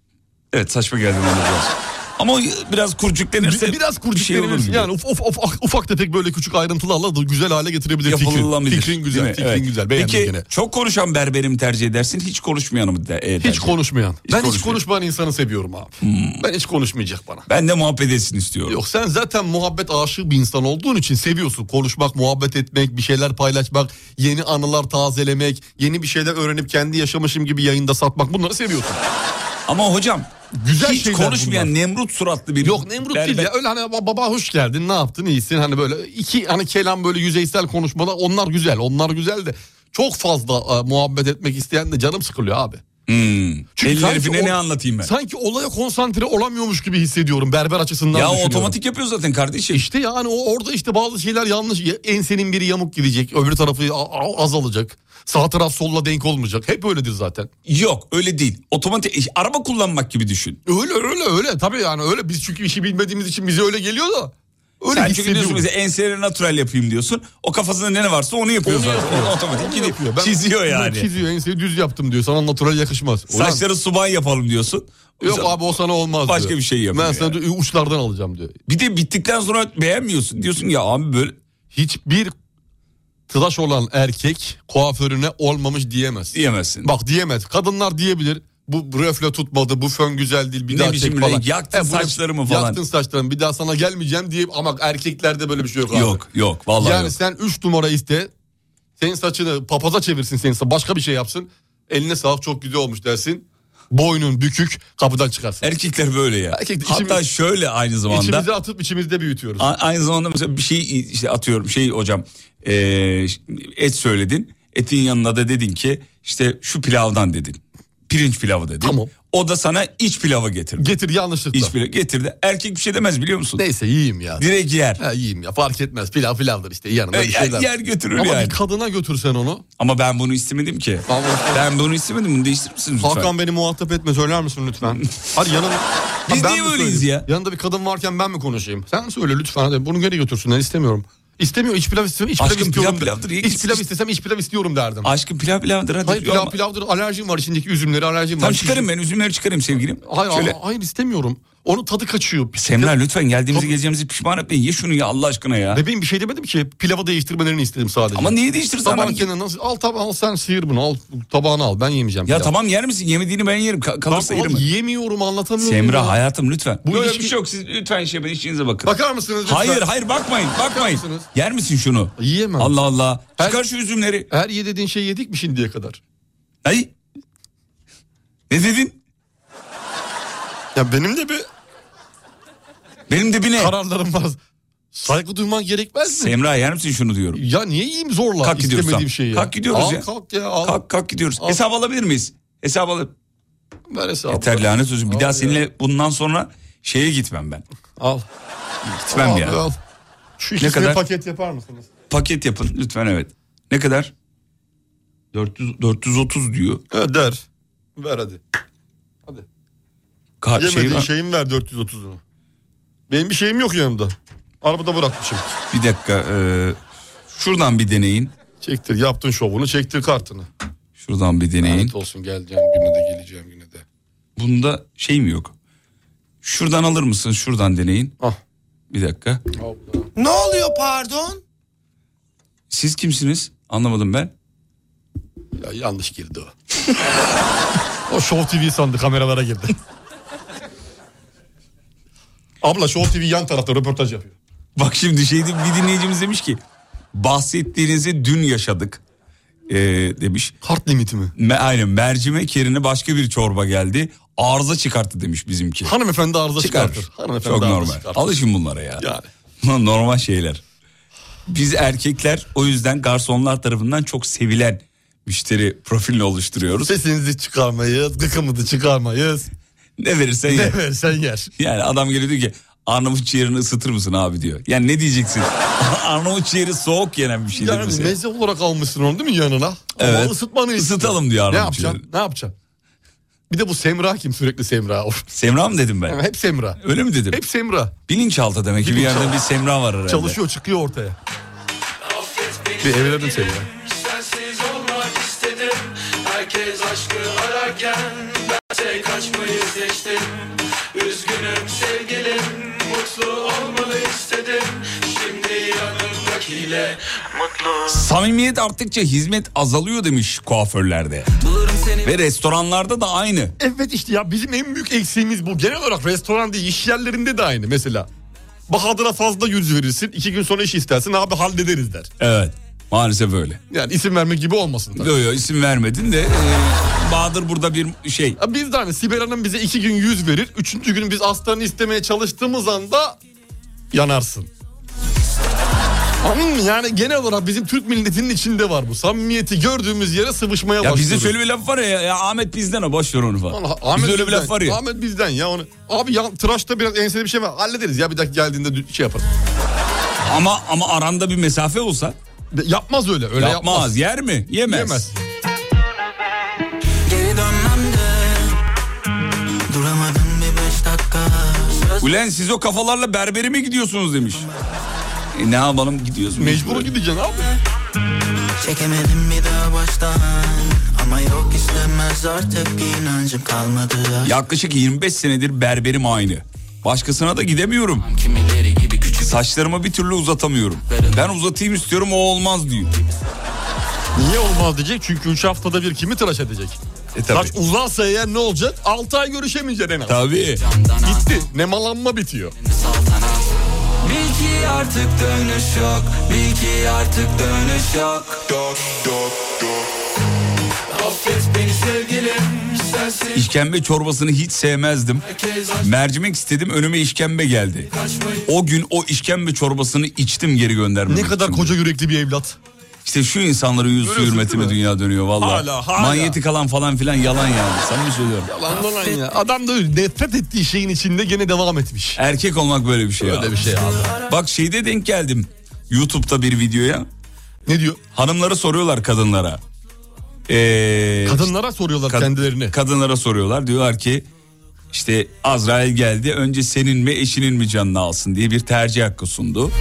Evet, saçma geldi bana biraz. Ama biraz kurcuklanırsa biraz bir şey olur kurcuklanırsa gibi. yani uf, uf, uf, ufak tefek böyle küçük ayrıntılarla da güzel hale getirebilir fikrin. Yapılabilir. Fikrin güzel, Değil mi? fikrin Evet. güzel. Beğendim Peki gene. çok konuşan berberi mi tercih edersin, hiç konuşmayanı mı de, e, tercih Hiç konuşmayan. Hiç ben hiç konuşmayan. konuşmayan insanı seviyorum abi. Hmm. Ben hiç konuşmayacak bana. Ben de muhabbet etsin istiyorum. Yok, sen zaten muhabbet aşığı bir insan olduğun için seviyorsun. Konuşmak, muhabbet etmek, bir şeyler paylaşmak, yeni anılar tazelemek, yeni bir şeyler öğrenip kendi yaşamışım gibi yayında satmak, bunları seviyorsun. Ama hocam Güzel hiç şeyler konuşmayan bunlar. Nemrut suratlı bir Yok Nemrut berber. değil ya, öyle hani baba hoş geldin, ne yaptın, iyisin, hani böyle iki hani kelam, böyle yüzeysel konuşmalar, onlar güzel, onlar güzel de çok fazla e, muhabbet etmek isteyen de canım sıkılıyor abi. Hmm. Çünkü Elin sanki herifine o- ne anlatayım ben? Sanki olaya konsantre olamıyormuş gibi hissediyorum berber açısından Ya düşünüyorum. otomatik yapıyor zaten kardeşim. İşte yani o orada işte bazı şeyler yanlış. Ensenin biri yamuk gidecek, öbür tarafı a- a- azalacak. Sağ taraf solla denk olmayacak. Hep öyledir zaten. Yok öyle değil. Otomatik iş- araba kullanmak gibi düşün. Öyle öyle öyle. Tabii yani öyle. Biz çünkü işi bilmediğimiz için bize öyle geliyor da. Öyle Sen çünkü diyorsun hissediyorum. bize enseri natural yapayım diyorsun. O kafasında ne varsa onu yapıyor Onu zaten. yapıyor. Otomatik Onu gidiyor. yapıyor. Ben- Çiziyor ben yani. Çiziyor, enseyi düz yaptım diyor. Sana natural yakışmaz. Ulan, Saçları subay yapalım diyorsun. yok abi o sana olmaz Başka diyor. bir şey yapıyor Ben sana yani. diyor, uçlardan alacağım diyor. Bir de bittikten sonra beğenmiyorsun. Diyorsun ya abi böyle Hiçbir tıraş olan erkek kuaförüne olmamış diyemez. diyemezsin. Bak diyemez. Kadınlar diyebilir. Bu röfle tutmadı, bu fön güzel değil, bir Ne daha biçim çek falan. renk, yaktın bu- saçlarımı falan. Yaktın saçlarımı, bir daha sana gelmeyeceğim diye, ama erkeklerde böyle bir şey yok abi. Yok yok vallahi Yani yok. sen üç numara iste, senin saçını papaza çevirsin, senin sa- başka bir şey yapsın. Eline sağlık, çok güzel olmuş dersin. Boynun bükük, kapıdan çıkarsın. Erkekler böyle ya. Erkek- Hatta içimiz- şöyle aynı zamanda. İçimize atıp içimizde büyütüyoruz. A- aynı zamanda mesela bir şey işte atıyorum şey hocam e, et söyledin. Etin yanına da dedin ki işte şu pilavdan dedin. Pirinç pilavı dedin. Tamam. O da sana iç pilavı getirdi. Getir yanlışlıkla. İç pilavı getirdi. Erkek bir şey demez biliyor musun? Neyse yiyeyim ya. Direkt yer. Ha, yiyeyim ya, fark etmez, pilav pilavdır işte, yanında E, bir şeyler. yer götürür Ama yani. bir kadına götürsen onu. Ama ben bunu istemedim ki. Tamam. Ben bunu istemedim. Bunu değiştirir misin lütfen? Hakan beni muhatap etme, söyler misin lütfen? Hadi yanında... Biz Ben niye mi böyleyiz söyleyeyim? ya? Yanında bir kadın varken ben mi konuşayım? Sen söyle lütfen, hadi bunu geri götürsünler, istemiyorum. İstemiyor, iç pilav istemiyorum, iç pilav Aşkım, istiyorum. pilav pilavdır, ye İç git. pilav istesem iç pilav istiyorum derdim. Aşkım pilav pilavdır hadi. Hayır, pilav Ama- pilavdır, alerjim var, içindeki üzümleri alerjim var. Tamam çıkarım ben üzümleri çıkarayım sevgilim. Hayır, Şöyle. hayır istemiyorum. Onun tadı kaçıyor. Semra lütfen geldiğimizi Tabii. geleceğimizi pişman etmeyin. Ye şunu ya Allah aşkına ya. Bebeğim bir şey demedim ki, pilavı değiştirmelerini istedim sadece. Ama niye değiştirirsen? Tabağın Tamam, kenarına nasıl, al tabağı, al sen sıyır bunu, al tabağını al, ben yemeyeceğim ya pilav. tamam yer misin? Yemediğini ben yerim. Ka- kalırsa Tamam, yerim. yiyemiyorum, anlatamıyorum. Semra ya. hayatım lütfen. Bu Böyle ilişki- bir şey yok. Siz lütfen şey yapın, işinize bakın. Bakar mısınız lütfen? Hayır hayır bakmayın bakmayın. mısınız? Yer misin şunu? Yiyemem. Allah Allah. Her- Çıkar şu üzümleri. Her ye dediğin şeyi yedik mi şimdiye kadar? Ay. Ne dedin? Ya benim de bir Benim de bir ne? kararlarım var. Saygı duyman gerekmez mi? Semra yer misin şunu diyorum. Ya niye yiyeyim zorla Kalk gidiyoruz istemediğim tamam. şeyi ya? Kalk gidiyoruz al, ya. Kalk ya al. Kalk kalk gidiyoruz. Al. Hesap alabilir miyiz? Hesap alır. Ver hesabı. Yeter lanet olsun. Bir Al daha ya. seninle bundan sonra şeye gitmem ben. Al. Gitmem al, ya. Al. Şu ikisini kadar? paket yapar mısınız? Paket yapın lütfen evet. Ne kadar? dört yüz, dört yüz otuz diyor. Evet der. Ver hadi. Hadi. Ka- Yemediğin şey var. şeyin ver dört yüz otuzunu. Benim bir şeyim yok yanımda. Arabada bırakmışım. Bir dakika. E, şuradan bir deneyin. Çektir, yaptın şovunu, çektir kartını. Şuradan bir deneyin. Lanet olsun, geleceğim güne de geleceğim güne de. Bunda şey mi yok? Şuradan alır mısın? Şuradan deneyin. Ah. Bir dakika. Allah. Ne oluyor pardon? Siz kimsiniz? Anlamadım ben. Ya yanlış girdi o. O Show T V sandı, kameralara girdi. Abla Show T V yan tarafta röportaj yapıyor. Bak şimdi şeydi bir dinleyicimiz demiş ki bahsettiğinizi dün yaşadık ee, demiş. Kart limiti mi? Me, aynen mercimek yerine başka bir çorba geldi. Arıza çıkarttı demiş bizimki. Hanımefendi arıza Çıkarır. çıkartır. Hanımefendi Çok arıza normal. çıkartır. Alışın bunlara ya. Yani. Normal şeyler. Biz erkekler o yüzden garsonlar tarafından çok sevilen müşteri profilini oluşturuyoruz. Sesinizi çıkarmayız, gıkımızı çıkarmayız. Ne verirsen ye. Ne versen yer. Yani adam geliyor diyor ki Arnavut ciğerini ısıtır mısın abi diyor. Yani ne diyeceksin? Arnavut ciğeri soğuk yenen bir şeydir Yani mesela. meze olarak almışsın onu değil mi yanına? Evet. Ama ısıtmanı istiyor. Isıtalım diyor Ne Arnavut ciğeri. yapacaksın? Ne yapacaksın? Bir de bu Semra kim, sürekli Semra? Of. Semra mı dedim ben? Hep Semra. Öyle mi dedim? Hep Semra. Bilinçaltı demek ki bir Bilinçaltı. yerde bir Semra var herhalde. Çalışıyor, çıkıyor ortaya. Bir evledim seni ya. Sensiz olmak istedim. Herkes aşkı ararken bense kaçmayı seçtim. Üzgünüm sevgilim, mutlu olmanı istedim. Şimdi yanımdakiyle mutlu. Samimiyet arttıkça hizmet azalıyor demiş kuaförlerde. Ve restoranlarda da aynı. Evet işte ya, bizim en büyük eksiğimiz bu. Genel olarak restoran değil, iş yerlerinde de aynı mesela. Bahadır'a fazla yüz verirsin, iki gün sonra iş istersin, abi hallederiz der. Evet, maalesef öyle. Yani isim vermek gibi olmasın tabii. Yok yok, isim vermedin de e, Bahadır burada bir şey. Ya biz de hani Sibel Hanım bize iki gün yüz verir. Üçüncü gün biz aslanı istemeye çalıştığımız anda yanarsın. Anladın mı? Yani genel olarak bizim Türk milletinin içinde var bu. Samimiyeti gördüğümüz yere sıvışmaya Ya başlıyoruz. bizde şöyle bir laf var ya, ya Ahmet bizden o, boş ver onu falan. Allah, Ahmet bizde öyle bir bizden, laf var ya. Ahmet bizden ya onu. Abi ya, tıraşta biraz ensede bir şey var, hallederiz ya, bir dakika geldiğinde şey yaparız. Ama ama aranda bir mesafe olsa. Yapmaz öyle, öyle yapmaz. yapmaz. Yer mi? Yemez. Yemez. Geri dönmem de duramadım bir beş dakika. Söz Ulan siz o kafalarla berbere mi gidiyorsunuz demiş. E ne yapalım, gidiyoruz. Mecbur gideceksin abi. çekemedim bir daha baştan. Ama yok istemez artık, inancım kalmadı. Yaklaşık yirmi beş senedir berberim aynı. Başkasına da gidemiyorum. Kimileri gibi küçük. Saçlarımı bir türlü uzatamıyorum. Ben uzatayım istiyorum, o olmaz diyor. Niye olmaz diyecek? Çünkü üç haftada bir kimi tıraş edecek? E tabii. Saç uzarsa eğer ne olacak? altı ay görüşemeyeceksin en az. Tabii. Gitti. Nemalanma bitiyor. Bil ki artık dönüş yok. Bil ki artık dönüş yok. Dok dok dok. Affet beni sevgilim, sensiz İşkembe çorbasını hiç sevmezdim. herkes aşkı Mercimek istedim, önüme işkembe geldi. O gün o işkembe çorbasını içtim geri göndermek Ne kadar için. koca yürekli bir evlat. İşte şu insanların yüz su Görüyorsun hürmetine değil mi? dünya dönüyor vallahi. Hala, hala. Manyetik alan falan filan yalan yani. Samimi söylüyorum. Yalan lan ya. Adam da öyle nefret ettiği şeyin içinde gene devam etmiş. Erkek olmak böyle bir şey Öyle abi. bir şey abi. Bak şeyde denk geldim. YouTube'da bir videoya. Ne diyor? Hanımları soruyorlar kadınlara. Ee, Kadınlara soruyorlar kad- kendilerini. Kadınlara soruyorlar. Diyorlar ki işte Azrail geldi. Önce senin mi eşinin mi canını alsın diye bir tercih hakkı sundu.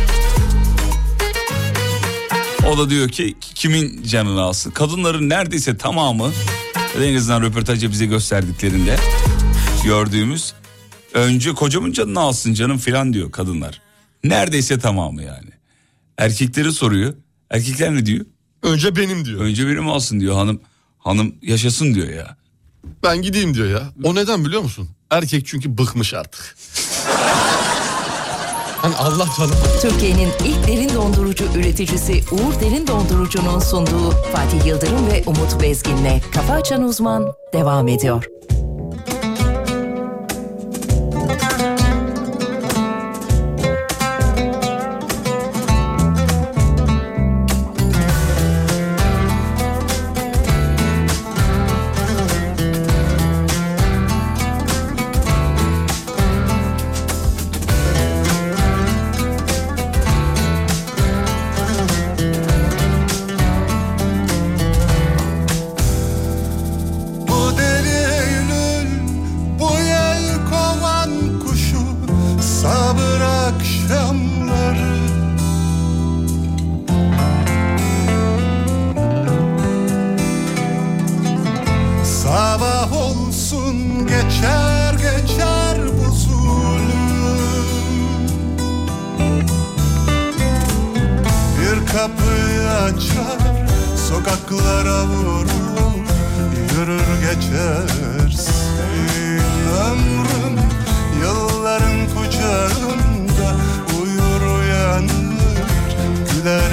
O da diyor ki kimin canını alsın? Kadınların neredeyse tamamı, en azından röportajda bize gösterdiklerinde gördüğümüz, önce kocamın canını alsın canım filan diyor kadınlar. Neredeyse tamamı yani. Erkekleri soruyor. Erkekler ne diyor? Önce benim diyor. Önce benim alsın diyor hanım. Hanım yaşasın diyor ya. Ben gideyim diyor ya. O neden biliyor musun? Erkek çünkü bıkmış artık. Hani Allah canım. Türkiye'nin ilk derin dondurucu üreticisi Uğur Derin Dondurucu'nun sunduğu Fatih Yıldırım ve Umut Bezgin'le Kafa Açan Uzman devam ediyor. Bu delinin bu yel kovan kuşu sabır akşamları. Sabah olsun geçer geçer bu zulüm. Bir kapıyı açar sokaklara vurur. Yürür geçersin ömrüm, yılların kucağında uyur uyanır, güler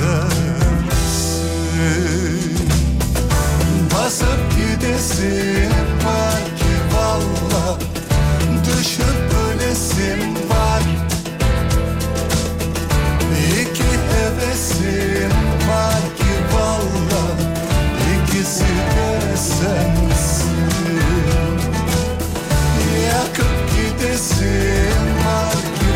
geçersin. Basıp gidesin var ki valla, düşüp ölesin var. İki hevesim var ki valla, İkisi de sensin. Yakıp gidesin var ki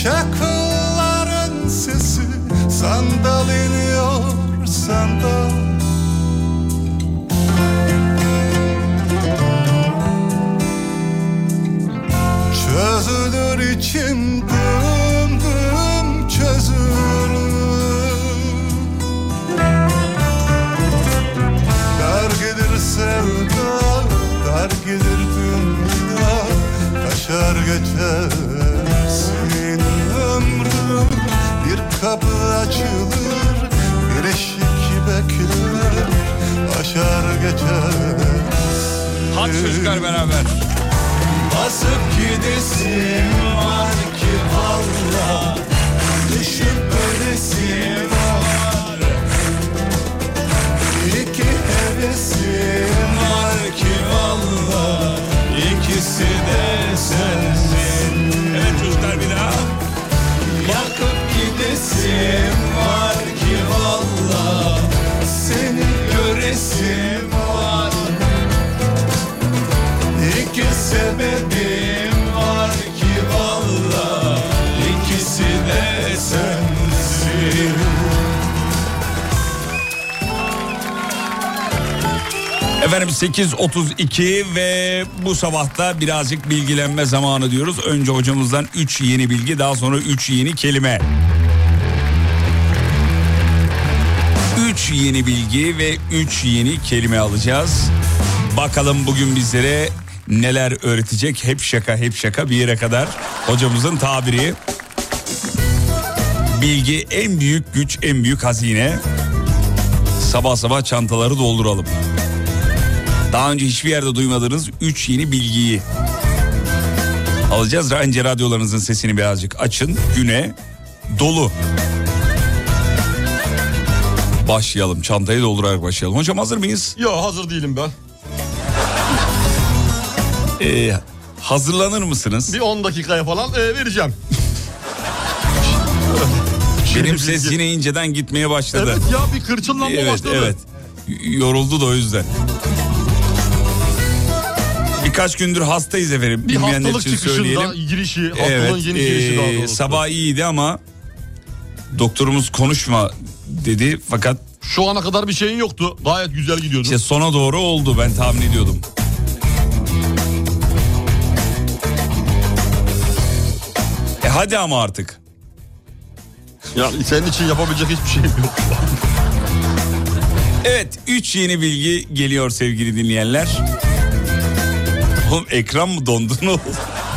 Çakılların sesi sandal iniyor sandal. Çözülür içim dım dım çözülür. Dar gelir sevda, dar gelir dünya, kaçar geçersin ömrüm. Bir kapı açılır, bir eşik bekler, aşar geçersin. Hadi çocuklar beraber. Basıp gidesim var ki valla, düşüp ölesim var. İki hevesim var ki valla, ikisi de sensin. Evet çocuklar bir daha. Yakıp gidesim var ki valla, seni göresim var. İki sebebim var ki valla, ikisi de sensin. Efendim sekiz otuz iki ve bu sabahta birazcık bilgilenme zamanı diyoruz. Önce hocamızdan üç yeni bilgi, daha sonra üç yeni kelime. üç yeni bilgi ve üç yeni kelime alacağız. Bakalım bugün bizlere neler öğretecek? Hep şaka hep şaka bir yere kadar hocamızın tabiri. Bilgi en büyük güç, en büyük hazine. Sabah sabah çantaları dolduralım. Daha önce hiçbir yerde duymadığınız üç yeni bilgiyi alacağız. Önce radyolarınızın sesini birazcık açın. Güne dolu. Başlayalım. Çantayı doldurarak başlayalım. Hocam hazır mıyız? Yok, hazır değilim ben. Ee, hazırlanır mısınız? Bir on dakikaya falan e, vereceğim. Benim ses yine inceden gitmeye başladı. Evet ya, bir kırçınlanma evet, başladı. Evet. Yoruldu da o yüzden. Birkaç gündür hastayız efendim. Bir Bilmeyenler hastalık için çıkışında söyleyelim. girişi, hastalığın Evet, yeni girişi daha ee, doğrusu. sabah iyiydi ama doktorumuz konuşma dedi fakat Şu ana kadar bir şeyin yoktu. Gayet güzel gidiyordu. işte sona doğru oldu, ben tahmin ediyordum. E hadi ama artık. Ya senin için yapabilecek hiçbir şeyim yok. Evet, üç yeni bilgi geliyor sevgili dinleyenler. Oğlum ekran mı dondu, ne oldu?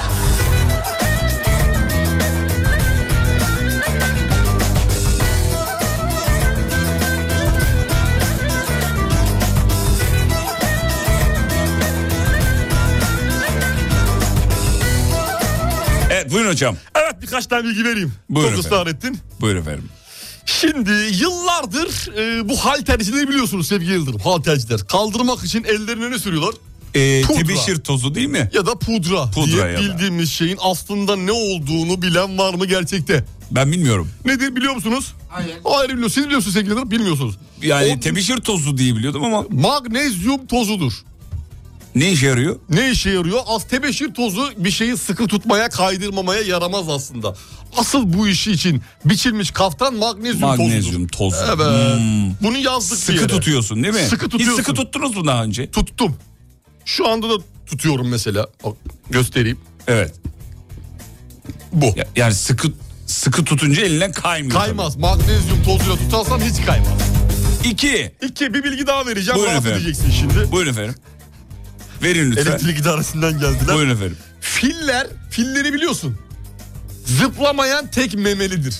Evet buyurun hocam. Evet, birkaç tane bilgi vereyim. Buyurun Çok ısrar ettin. Buyurun efendim. Şimdi yıllardır e, bu haltercileri biliyorsunuz sevgili Yıldırım. Halterciler kaldırmak için ellerine ne sürüyorlar? Ee, Pudra. tebeşir tozu değil mi? Ya da pudra, Pudra diye ya da. bildiğimiz şeyin aslında ne olduğunu bilen var mı gerçekte? Ben bilmiyorum. Nedir biliyor musunuz? Hayır. Hayır biliyorsunuz. Siz biliyorsunuz sevgili Yıldırım, bilmiyorsunuz. Yani O, tebeşir tozu diye biliyordum ama magnezyum tozudur. ne işe yarıyor? Ne işe yarıyor? Az tebeşir tozu bir şeyi sıkı tutmaya, kaydırmamaya yaramaz aslında. Asıl bu işi için biçilmiş kaftan magnezyum, Magnezyum tozudur. tozu. Evet. Hmm. Bunu yazdık bir Sıkı yere. tutuyorsun değil mi? Sıkı tutuyorsun. Hiç sıkı tuttunuz mu daha önce? Tuttum. Şu anda da tutuyorum mesela. Bak, göstereyim. Evet. Bu. Ya- Yani sıkı sıkı tutunca elinden kaymıyor. Kaymaz. Magnezyum tozuyla tutarsan hiç kaymaz. tabii. İki. İki, bir bilgi daha vereceğim. Buyurun Rahat efendim. edeceksin şimdi. Buyurun efendim. Verin lütfen. Elektrik idaresinden geldiler. Buyurun efendim. Filler, filleri biliyorsun. Zıplamayan tek memelidir.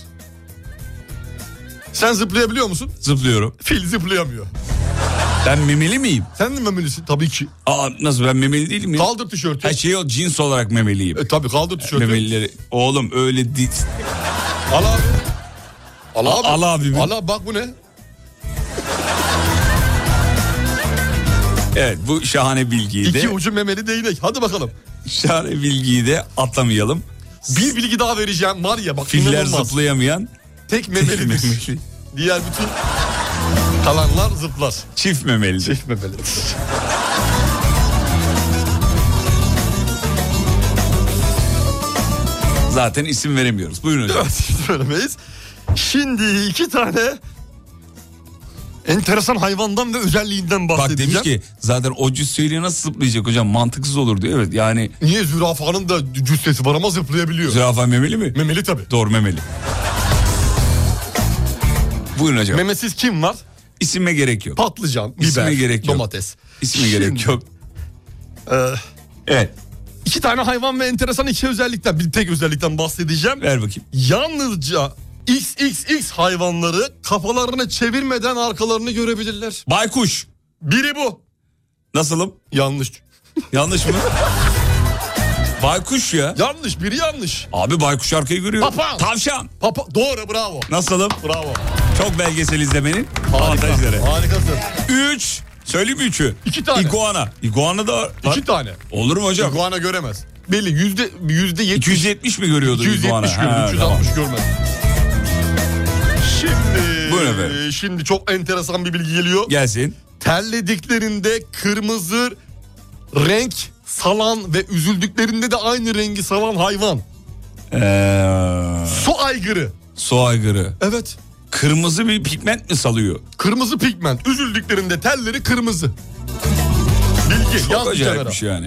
Sen zıplayabiliyor musun? Zıplıyorum. Fil zıplayamıyor. Ben memeli miyim? Sen de memelisin tabii ki. Aa nasıl, ben memeli değilim ya? Kaldır tişörtü. Her şey o, cins olarak memeliyim. E, tabii kaldır tişörtü. Memelileri. Oğlum öyle değil. Al abi. Al abi. Al abi mi? Al abi, bak bu ne? Evet, bu şahane bilgiyi de İki ucu memeli değnek. Hadi bakalım. şahane bilgiyi de atlamayalım. Bir bilgi daha vereceğim var ya bak, Filler inanılmaz. zıplayamayan Tek memelidir. memeli. Diğer bütün kalanlar zıplar. Çift memelidir. Çift memelidir. Zaten isim veremiyoruz. Buyurun hocam. Evet, isim veremeyiz. Şimdi iki tane enteresan hayvandan ve özelliğinden bahsedeceğim. Bak demiş ki zaten o cüsseyle nasıl zıplayacak hocam, mantıksız olur diyor. Evet yani. Niye, zürafanın da cüssesi var ama zıplayabiliyor. Zürafa memeli mi? Memeli tabii. Doğru, memeli. Buyurun hocam. Memesiz kim var? İsime gerek yok. Patlıcan, biber, İsime gerek yok. domates. İsime gerek yok. Ee, evet. İki tane hayvan ve enteresan iki özellikten, bir tek özellikten bahsedeceğim. Ver bakayım. Yalnızca X X X hayvanları kafalarını çevirmeden arkalarını görebilirler. Baykuş. Biri bu. Nasılım? Yanlış. Yanlış mı? Baykuş ya. Yanlış, biri yanlış. Abi baykuş arkayı görüyor. Papağan. Tavşan. Papa, doğru, bravo. Nasılım? Bravo. Çok belgesel izlemenin Harika, avantajları. harikasın. Üç. Söyleyeyim mi üçü? İki tane. İguana. İguana da var. İki tane. Olur mu hocam? İguana göremez. Belli, yüzde yüzde yetmiş. iki yüz yetmiş mi görüyordu iki yüz iguana? yetmiş gördü, Ha, üç yüz altmış görmez. Şimdi, Buyurun efendim. şimdi çok enteresan bir bilgi geliyor. Gelsin. Terlediklerinde kırmızı renk salan ve üzüldüklerinde de aynı rengi salan hayvan. Ee, Su aygırı. su aygırı. Evet. Kırmızı bir pigment mi salıyor? Kırmızı pigment. Üzüldüklerinde telleri kırmızı. Bilgi. Çok Yaz bir kenara. acayipmiş yani.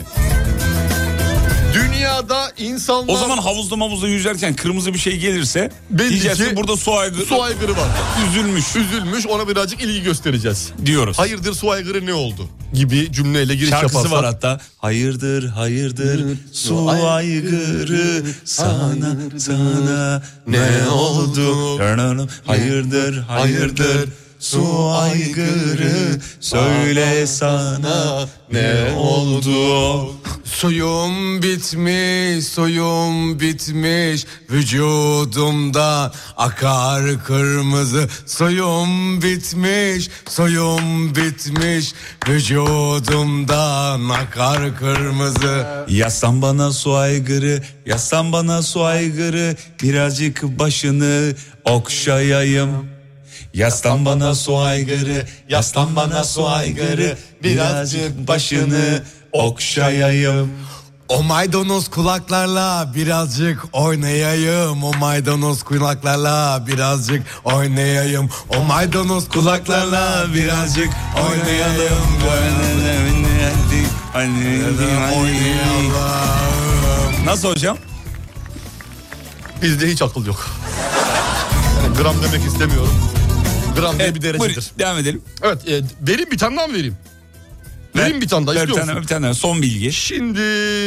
Dünyada insanlar... O zaman havuzda mavuzda yüzerken kırmızı bir şey gelirse Belli diyeceğiz ki ki burada su aygırı, su aygırı var. üzülmüş Üzülmüş, ona birazcık ilgi göstereceğiz. diyoruz. Hayırdır su aygırı ne oldu? Gibi cümleyle giriş Şarkısı yaparsak. var hatta. Hayırdır hayırdır su aygırı sana sana ne oldu? Hayırdır hayırdır su aygırı söyle sana ne oldu? Suyum bitmiş, suyum bitmiş, vücudumda akar kırmızı. Suyum bitmiş, suyum bitmiş, vücudumdan akar kırmızı. Yaslan bana su aygırı, yaslan bana su aygırı, birazcık başını okşayayım. Yaslan bana su aygırı, yaslan bana su aygırı, birazcık başını okşayayım. O maydanoz kulaklarla birazcık oynayayım. O maydanoz kulaklarla birazcık oynayayım. O maydanoz kulaklarla birazcık oynayalım. Oynayalım. Nasıl hocam? Bizde hiç akıl yok. Yani gram demek istemiyorum. Gram diye bir derecedir. Buyurun, devam edelim. Evet, e, vereyim bir tane daha mı vereyim? Vereyim bir tane daha, ver istiyor bir tane, musun? bir tane son bilgi. Şimdi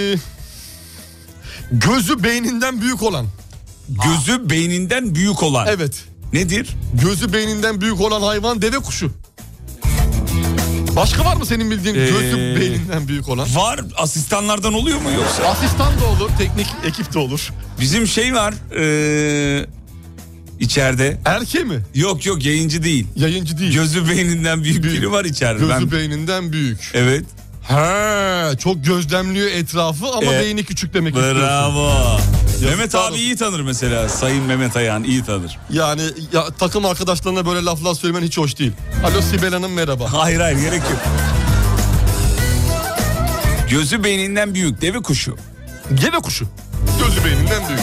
gözü beyninden büyük olan. Gözü Aa. beyninden büyük olan. Evet. Nedir? Gözü beyninden büyük olan hayvan deve kuşu. Başka var mı senin bildiğin ee, gözü beyninden büyük olan? Var. Asistanlardan oluyor mu yoksa? Asistan da olur, teknik ekip de olur. Bizim şey var. Ee, içeride. Erkeği mi? Yok yok, yayıncı değil. Yayıncı değil. Gözü beyninden büyük, büyük. biri var içeride. Gözü ben... beyninden büyük. Evet. He, çok gözlemliyor etrafı ama ee, beyni küçük demek istiyorsun. Bravo. Mehmet abi olsun. iyi tanır mesela. Sayın Mehmet Ayhan iyi tanır. Yani ya, takım arkadaşlarına böyle laflar söylemen hiç hoş değil. Alo Sibel Hanım, merhaba. Hayır hayır, gerek yok. Gözü beyninden büyük deve kuşu. Deve kuşu. Gözü beyninden büyük.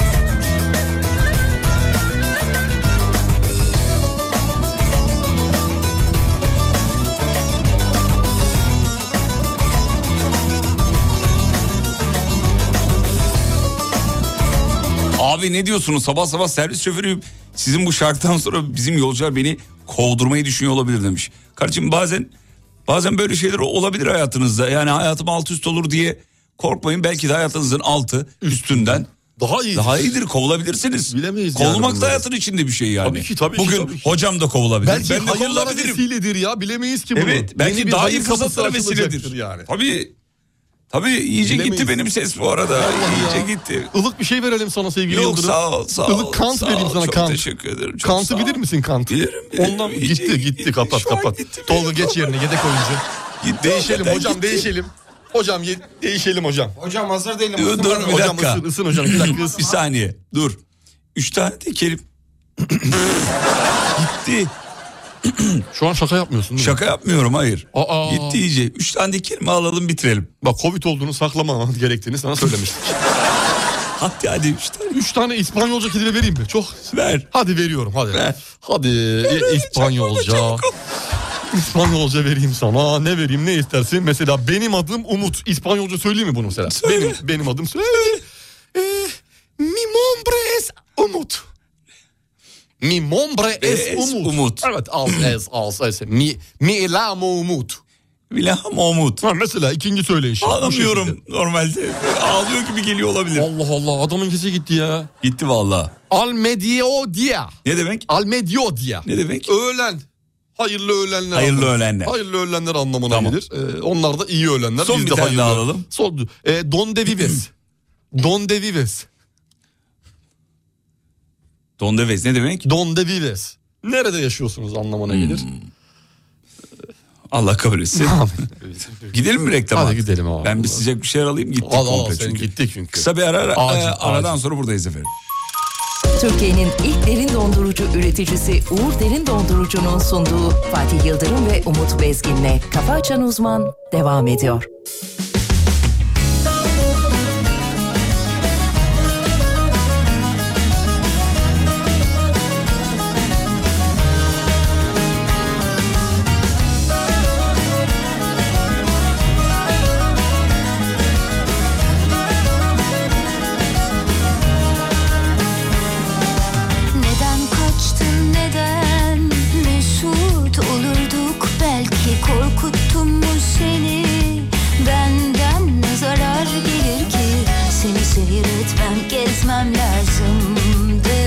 Abi ne diyorsunuz? Sabah sabah servis şoförüyüm. Sizin bu şarkıdan sonra bizim yolcular beni kovdurmayı düşünüyor olabilir demiş. Kardeşim bazen bazen böyle şeyler olabilir hayatınızda. Yani hayatım alt üst olur diye korkmayın. Belki de hayatınızın altı üstünden daha iyi. Daha iyidir, kovulabilirsiniz. Bilemeyiz. Kovulmak yani da hayatın içinde bir şey yani. Tabii ki, tabii Bugün ki, tabii ki. hocam da kovulabilir. Belki ben de hayırlara kovulabilirim. vesiledir ya, bilemeyiz ki bunu. Evet, belki Yeni bir daha iyi hayır kapısı fırsatlara açılacaktır vesiledir. yani. Tabii. Tabii iyice Bilemeyiz. gitti benim ses bu arada. Allah iyice ya. gitti. Ilık bir şey verelim sana sevgili Yok Yıldırım. sağ ol sağ ol. Ilık kant sağ vereyim ol, sana, çok kant. teşekkür ederim. Çok Kantı sağ ol. bilir misin kant? Bilirim. bilirim. Ondan İyice gitti gitti kapat Şu an kapat. gitti, Tolga biliyorum. geç yerine, yedek oyuncu. Gitti, Değişelim hakikaten hocam, gitti. değişelim. Hocam ye- değişelim hocam. Hocam hazır değilim. Dur, dur bir Hocam dakika. ısın, ısın hocam. Bir dakika ısın. Bir saniye dur. Üç tane tekelim. Gitti. Şu an şaka yapmıyorsun değil mi? Şaka yapmıyorum, hayır. Aa. Gitti iyice. Üç tane tekelim alalım bitirelim. Bak Covid olduğunu saklamaman gerektiğini sana söylemiştik. Hadi hadi üç tane. Üç tane İspanyolca kelime vereyim mi? Çok. Ver. Hadi veriyorum hadi. Ver. Hadi e, İspanyolca. Çabuk ol. İspanyolca vereyim sana. Ne vereyim ne istersin? Mesela benim adım Umut. İspanyolca söyleyeyim mi bunu mesela? Söyle. Benim, benim adım söyle. E, mi nombre es Umut. Mi nombre es, Es Umut. Umut. Evet az es az es. Mi, mi lamo Umut. Bilham Umut. Ha, mesela ikinci söyleyiş. Ağlamıyorum normalde. Ağlıyor gibi geliyor olabilir. Allah Allah adamın sesi gitti ya. Gitti valla. Al medio dia. Ne demek? Al medio dia. Ne demek? Öğlen. Hayırlı öğlenler. Hayırlı anlamına. öğlenler. Hayırlı öğlenler anlamına Tamam. gelir. Ee, onlar da iyi öğlenler. Son Biz bir de tane hayırlı. daha alalım. Son. Ee, donde vives. Donde vives. Donde ves ne demek? Donde vives. Nerede yaşıyorsunuz anlamına gelir. Allah kabul etsin. Gidelim mi reklama? Hadi gidelim abi. Ben bir sıcak bir şeyler alayım gittik Al al komple sen çünkü. gittik çünkü. Kısa bir ara, ara Acil, e, aradan acil. sonra buradayız efendim. Türkiye'nin ilk derin dondurucu üreticisi Uğur Derin Dondurucu'nun sunduğu Fatih Yıldırım ve Umut Bezgin'le Kafa Açan Uzman devam ediyor. Neden kaçtın neden mesut olurduk belki korkuttum mu seni benden ne zarar gelir ki seni seyretmem gezmem lazımdı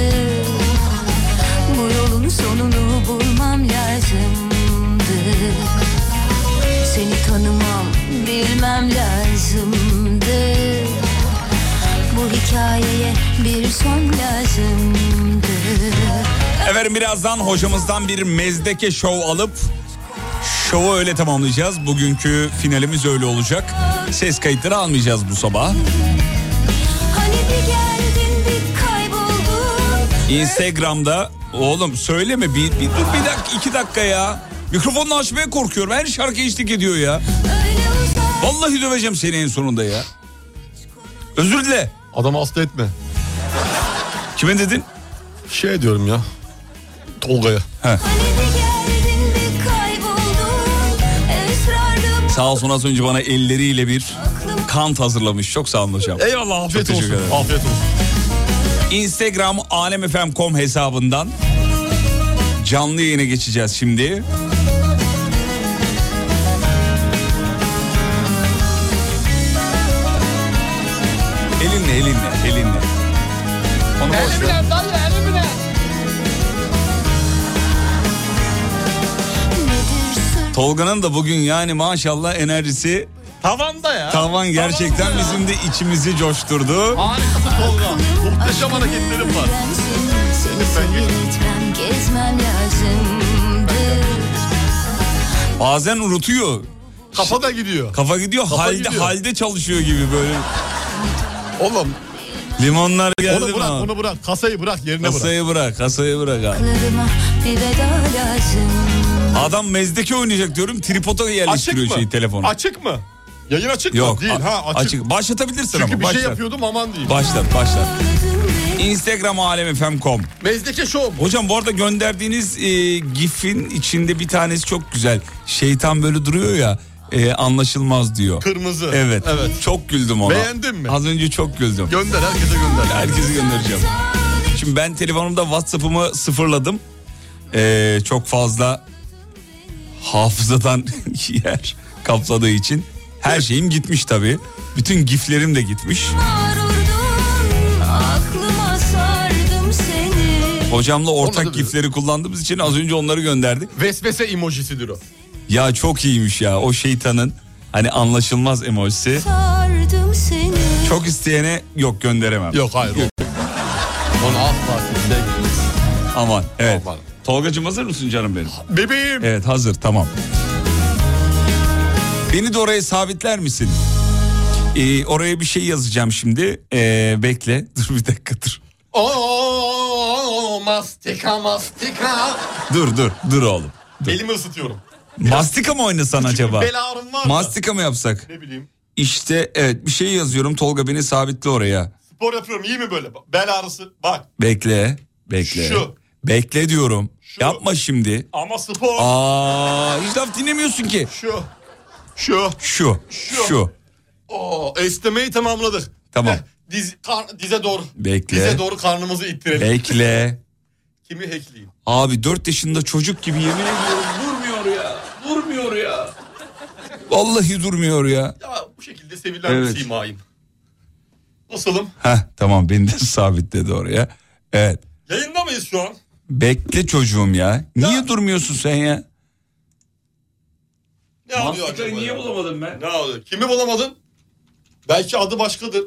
bu yolun sonunu bulmam lazımdı seni tanımam bilmem lazımdı bu hikayeye bir son lazımdı. Efendim birazdan hocamızdan bir mezdeke şov alıp şovu öyle tamamlayacağız. Bugünkü finalimiz öyle olacak. Ses kayıtları almayacağız bu sabah. Hani bir geldin bir kayboldun. Instagram'da oğlum söyleme bir, bir dur bir dakika iki dakika ya. Mikrofonunu açmaya korkuyorum. Her şarkı eşlik ediyor ya. Öyle uzak. Vallahi döveceğim seni en sonunda ya. Özür dile. Adamı hasta etme. Kime dedin? Şey diyorum ya. Tolga'ya. Hani bir geldin bir kayboldun. Esrarlı Sağ olsun az önce bana elleriyle bir kant hazırlamış. Çok sağ olun hocam. Eyvallah afiyet Çok olsun. teşekkür ederim. Afiyet olsun. Instagram alemfm nokta com hesabından canlı yayına geçeceğiz şimdi. Elinle elinle elinle. Onu boş ver. Tolga'nın da bugün yani maşallah enerjisi Tavanda ya. tavan, gerçekten Tavanda ya. bizim de içimizi coşturdu. Harikasın Tolga. Muhteşem hareketlerim var. Seni seyretmem gezmem lazımdı. Bazen unutuyor. Kafa da gidiyor. Kafa gidiyor, Kafa halde gidiyor. halde çalışıyor gibi böyle. Oğlum Limonlar geldi onu mi? bırak abi? onu bırak. Kasayı bırak yerine bırak. Kasayı bırak, kasayı bırak abi. Klarıma bir veda lazım. Adam mezdeke oynayacak diyorum, tripoda Açık yerleştiriyor mı? şeyi telefonu. Açık mı? Yayın açık Yok, mı? Değil a- ha açık. açık. Başlatabilirsin Çünkü ama bir başlat. şey yapıyordum aman diyeyim. Başlat, başlat. Instagram alemfm nokta com. Mezdeke şov. Hocam bu arada gönderdiğiniz e, gifin içinde bir tanesi çok güzel. Şeytan böyle duruyor ya, e, anlaşılmaz diyor. Kırmızı. Evet. Evet. Çok güldüm ona. Beğendin mi? Az önce çok güldüm. Gönder herkese gönder. Herkese göndereceğim. Şimdi ben telefonumda WhatsApp'ımı sıfırladım. Ee, çok fazla hafızadan yer kapladığı için her şeyim gitmiş tabii. Bütün giflerim de gitmiş. Mağrurdum, aklıma sardım seni. Hocamla ortak Olmadı gifleri kullandığımız için az önce onları gönderdik. Vesvese emojisidir o. Ya çok iyiymiş ya o şeytanın hani anlaşılmaz emojisi. Sardım seni. Çok isteyene yok gönderemem. Yok hayır. Yok. Onu asla kimse gitmez. Aman evet. Aman. Tolgacığım hazır mısın canım benim? Bebeğim. Evet hazır, tamam. Beni de oraya sabitler misin? Ee, oraya bir şey yazacağım şimdi. Ee, bekle. Dur bir dakika dur. Oo, mastika mastika. Dur dur dur oğlum. Dur. Elimi ısıtıyorum. Mastika mı oynasan acaba? Bel ağrım var da. Mastika mı yapsak? Ne bileyim. İşte evet bir şey yazıyorum. Tolga beni sabitle oraya. spor yapıyorum iyi mi böyle? Bel ağrısı bak. Bekle. Bekle. Şu. Bekle diyorum. Şu. Yapma şimdi. Ama spor. Aa, hiç laf dinlemiyorsun ki. Şu. Şu. Şu. Şu. Şu. Oo, esnemeyi tamamladık. Tamam. Heh, diz, kar, dize doğru. Bekle. Dize doğru karnımızı ittirelim. Bekle. Kimi hackleyeyim? Abi dört yaşında çocuk gibi yemin ediyorum durmuyor ya. Durmuyor ya. Vallahi durmuyor ya. Ya bu şekilde sevilen Evet. bir simayım. Nasılım? Heh tamam beni de sabitledi oraya. Evet. Yayında mıyız şu an? Bekle çocuğum ya. Niye Ya. durmuyorsun sen ya? Ne alıyor acaba? niye ya? bulamadım ben? Ne alıyor? Kimi bulamadın? Belki adı başkadır.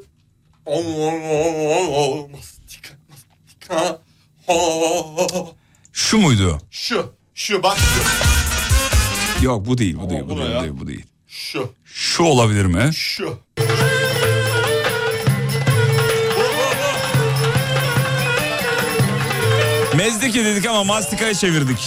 Mastika, mastika. Şu muydu? Şu, şu bak şu. Yok bu değil, bu değil, bu bu ne değil, ya? bu değil, bu değil. Şu, Şu olabilir mi? şu. Mezdeke dedik ama mastikaya çevirdik.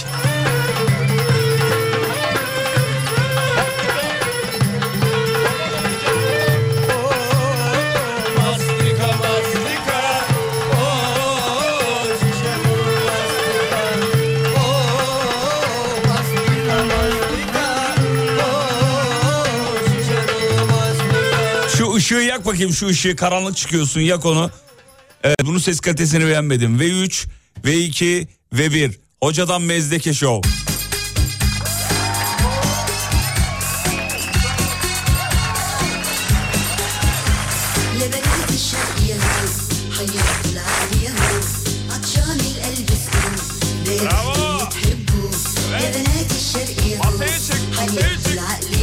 Şu ışığı yak bakayım, şu ışığı, karanlık çıkıyorsun, yak onu. Evet, bunun ses kalitesini beğenmedim. V üç, V iki, V bir. Hocadan Mezdeke Show. Bravo. Evet. Masaya çık, masaya çık.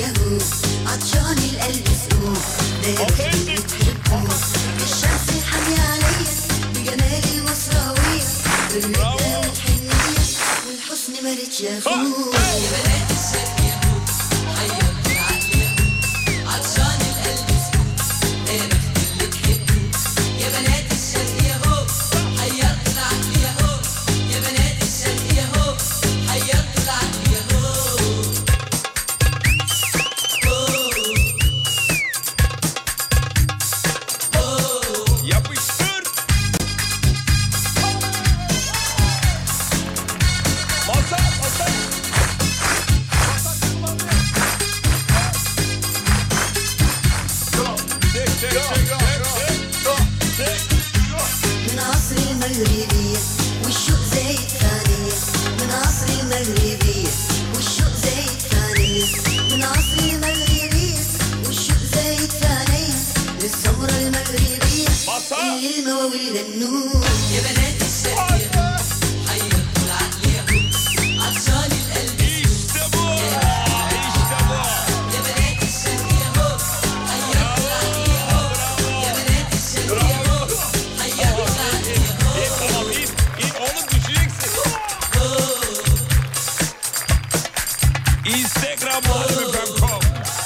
Masaya çık. Bravo. Yapıştır. Masa, masa. Çek, çek, çek, çek, çek, çek. من عصر المغربية والشوق زي الثانية من عصر المغربية والشوق زي الثانية من عصر المغربية والشوق زي الثانية للسمرة المغربية اللي المواويل النور يا بنات الشرقية حيرتوا العقل يا عطشان القلب İşte bu. İşte bu. يا بنات الشرقية هو حيرتوا العقل يا بنات الشرقية هو حيرتوا العقل İn, tamam, in, in. Oğlum düşeceksin. Instagram alemi nokta com.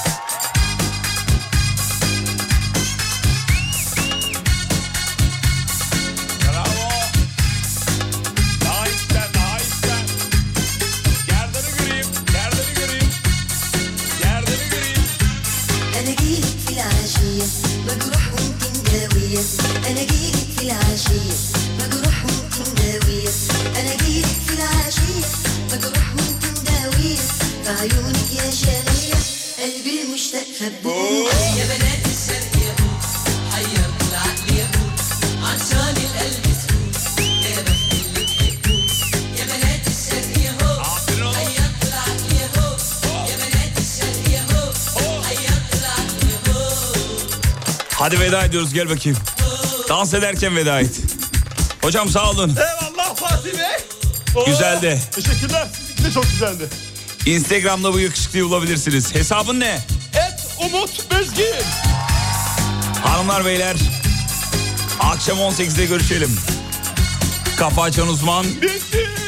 Bravo. Daha içten, daha içten. Yerdeni göreyim, yerdeni göreyim. Yerdeni göreyim. أنا جيلك في العشية مجروح وانت مداوية أنا جيلك في العشية مجروح وانت مداوية أنا جيلك في العشية مجروح وانت مداوية في عيونك يا شامية قلبي المشتاق خبوه يا بنات الشرق يا بو حيرتوا العقل يا بو عطشان القلب سكوت يا بخت اللي تحبوه يا بنات الشرق يا هو حيرتوا العقل يا هو يا بنات الشرق يا هو حيرتوا العقل يا هو Hadi veda ediyoruz, gel bakayım. Dans ederken veda et. Hocam sağ olun. Eyvallah Fatih Bey. Oo, Güzeldi. Teşekkürler. Sizinki de çok güzeldi. Instagram'da bu yakışıklıyı bulabilirsiniz. Hesabın ne? Et Umut Bezgin. Hanımlar beyler, akşam on sekizde görüşelim. Kafa Açan Uzman Bitti.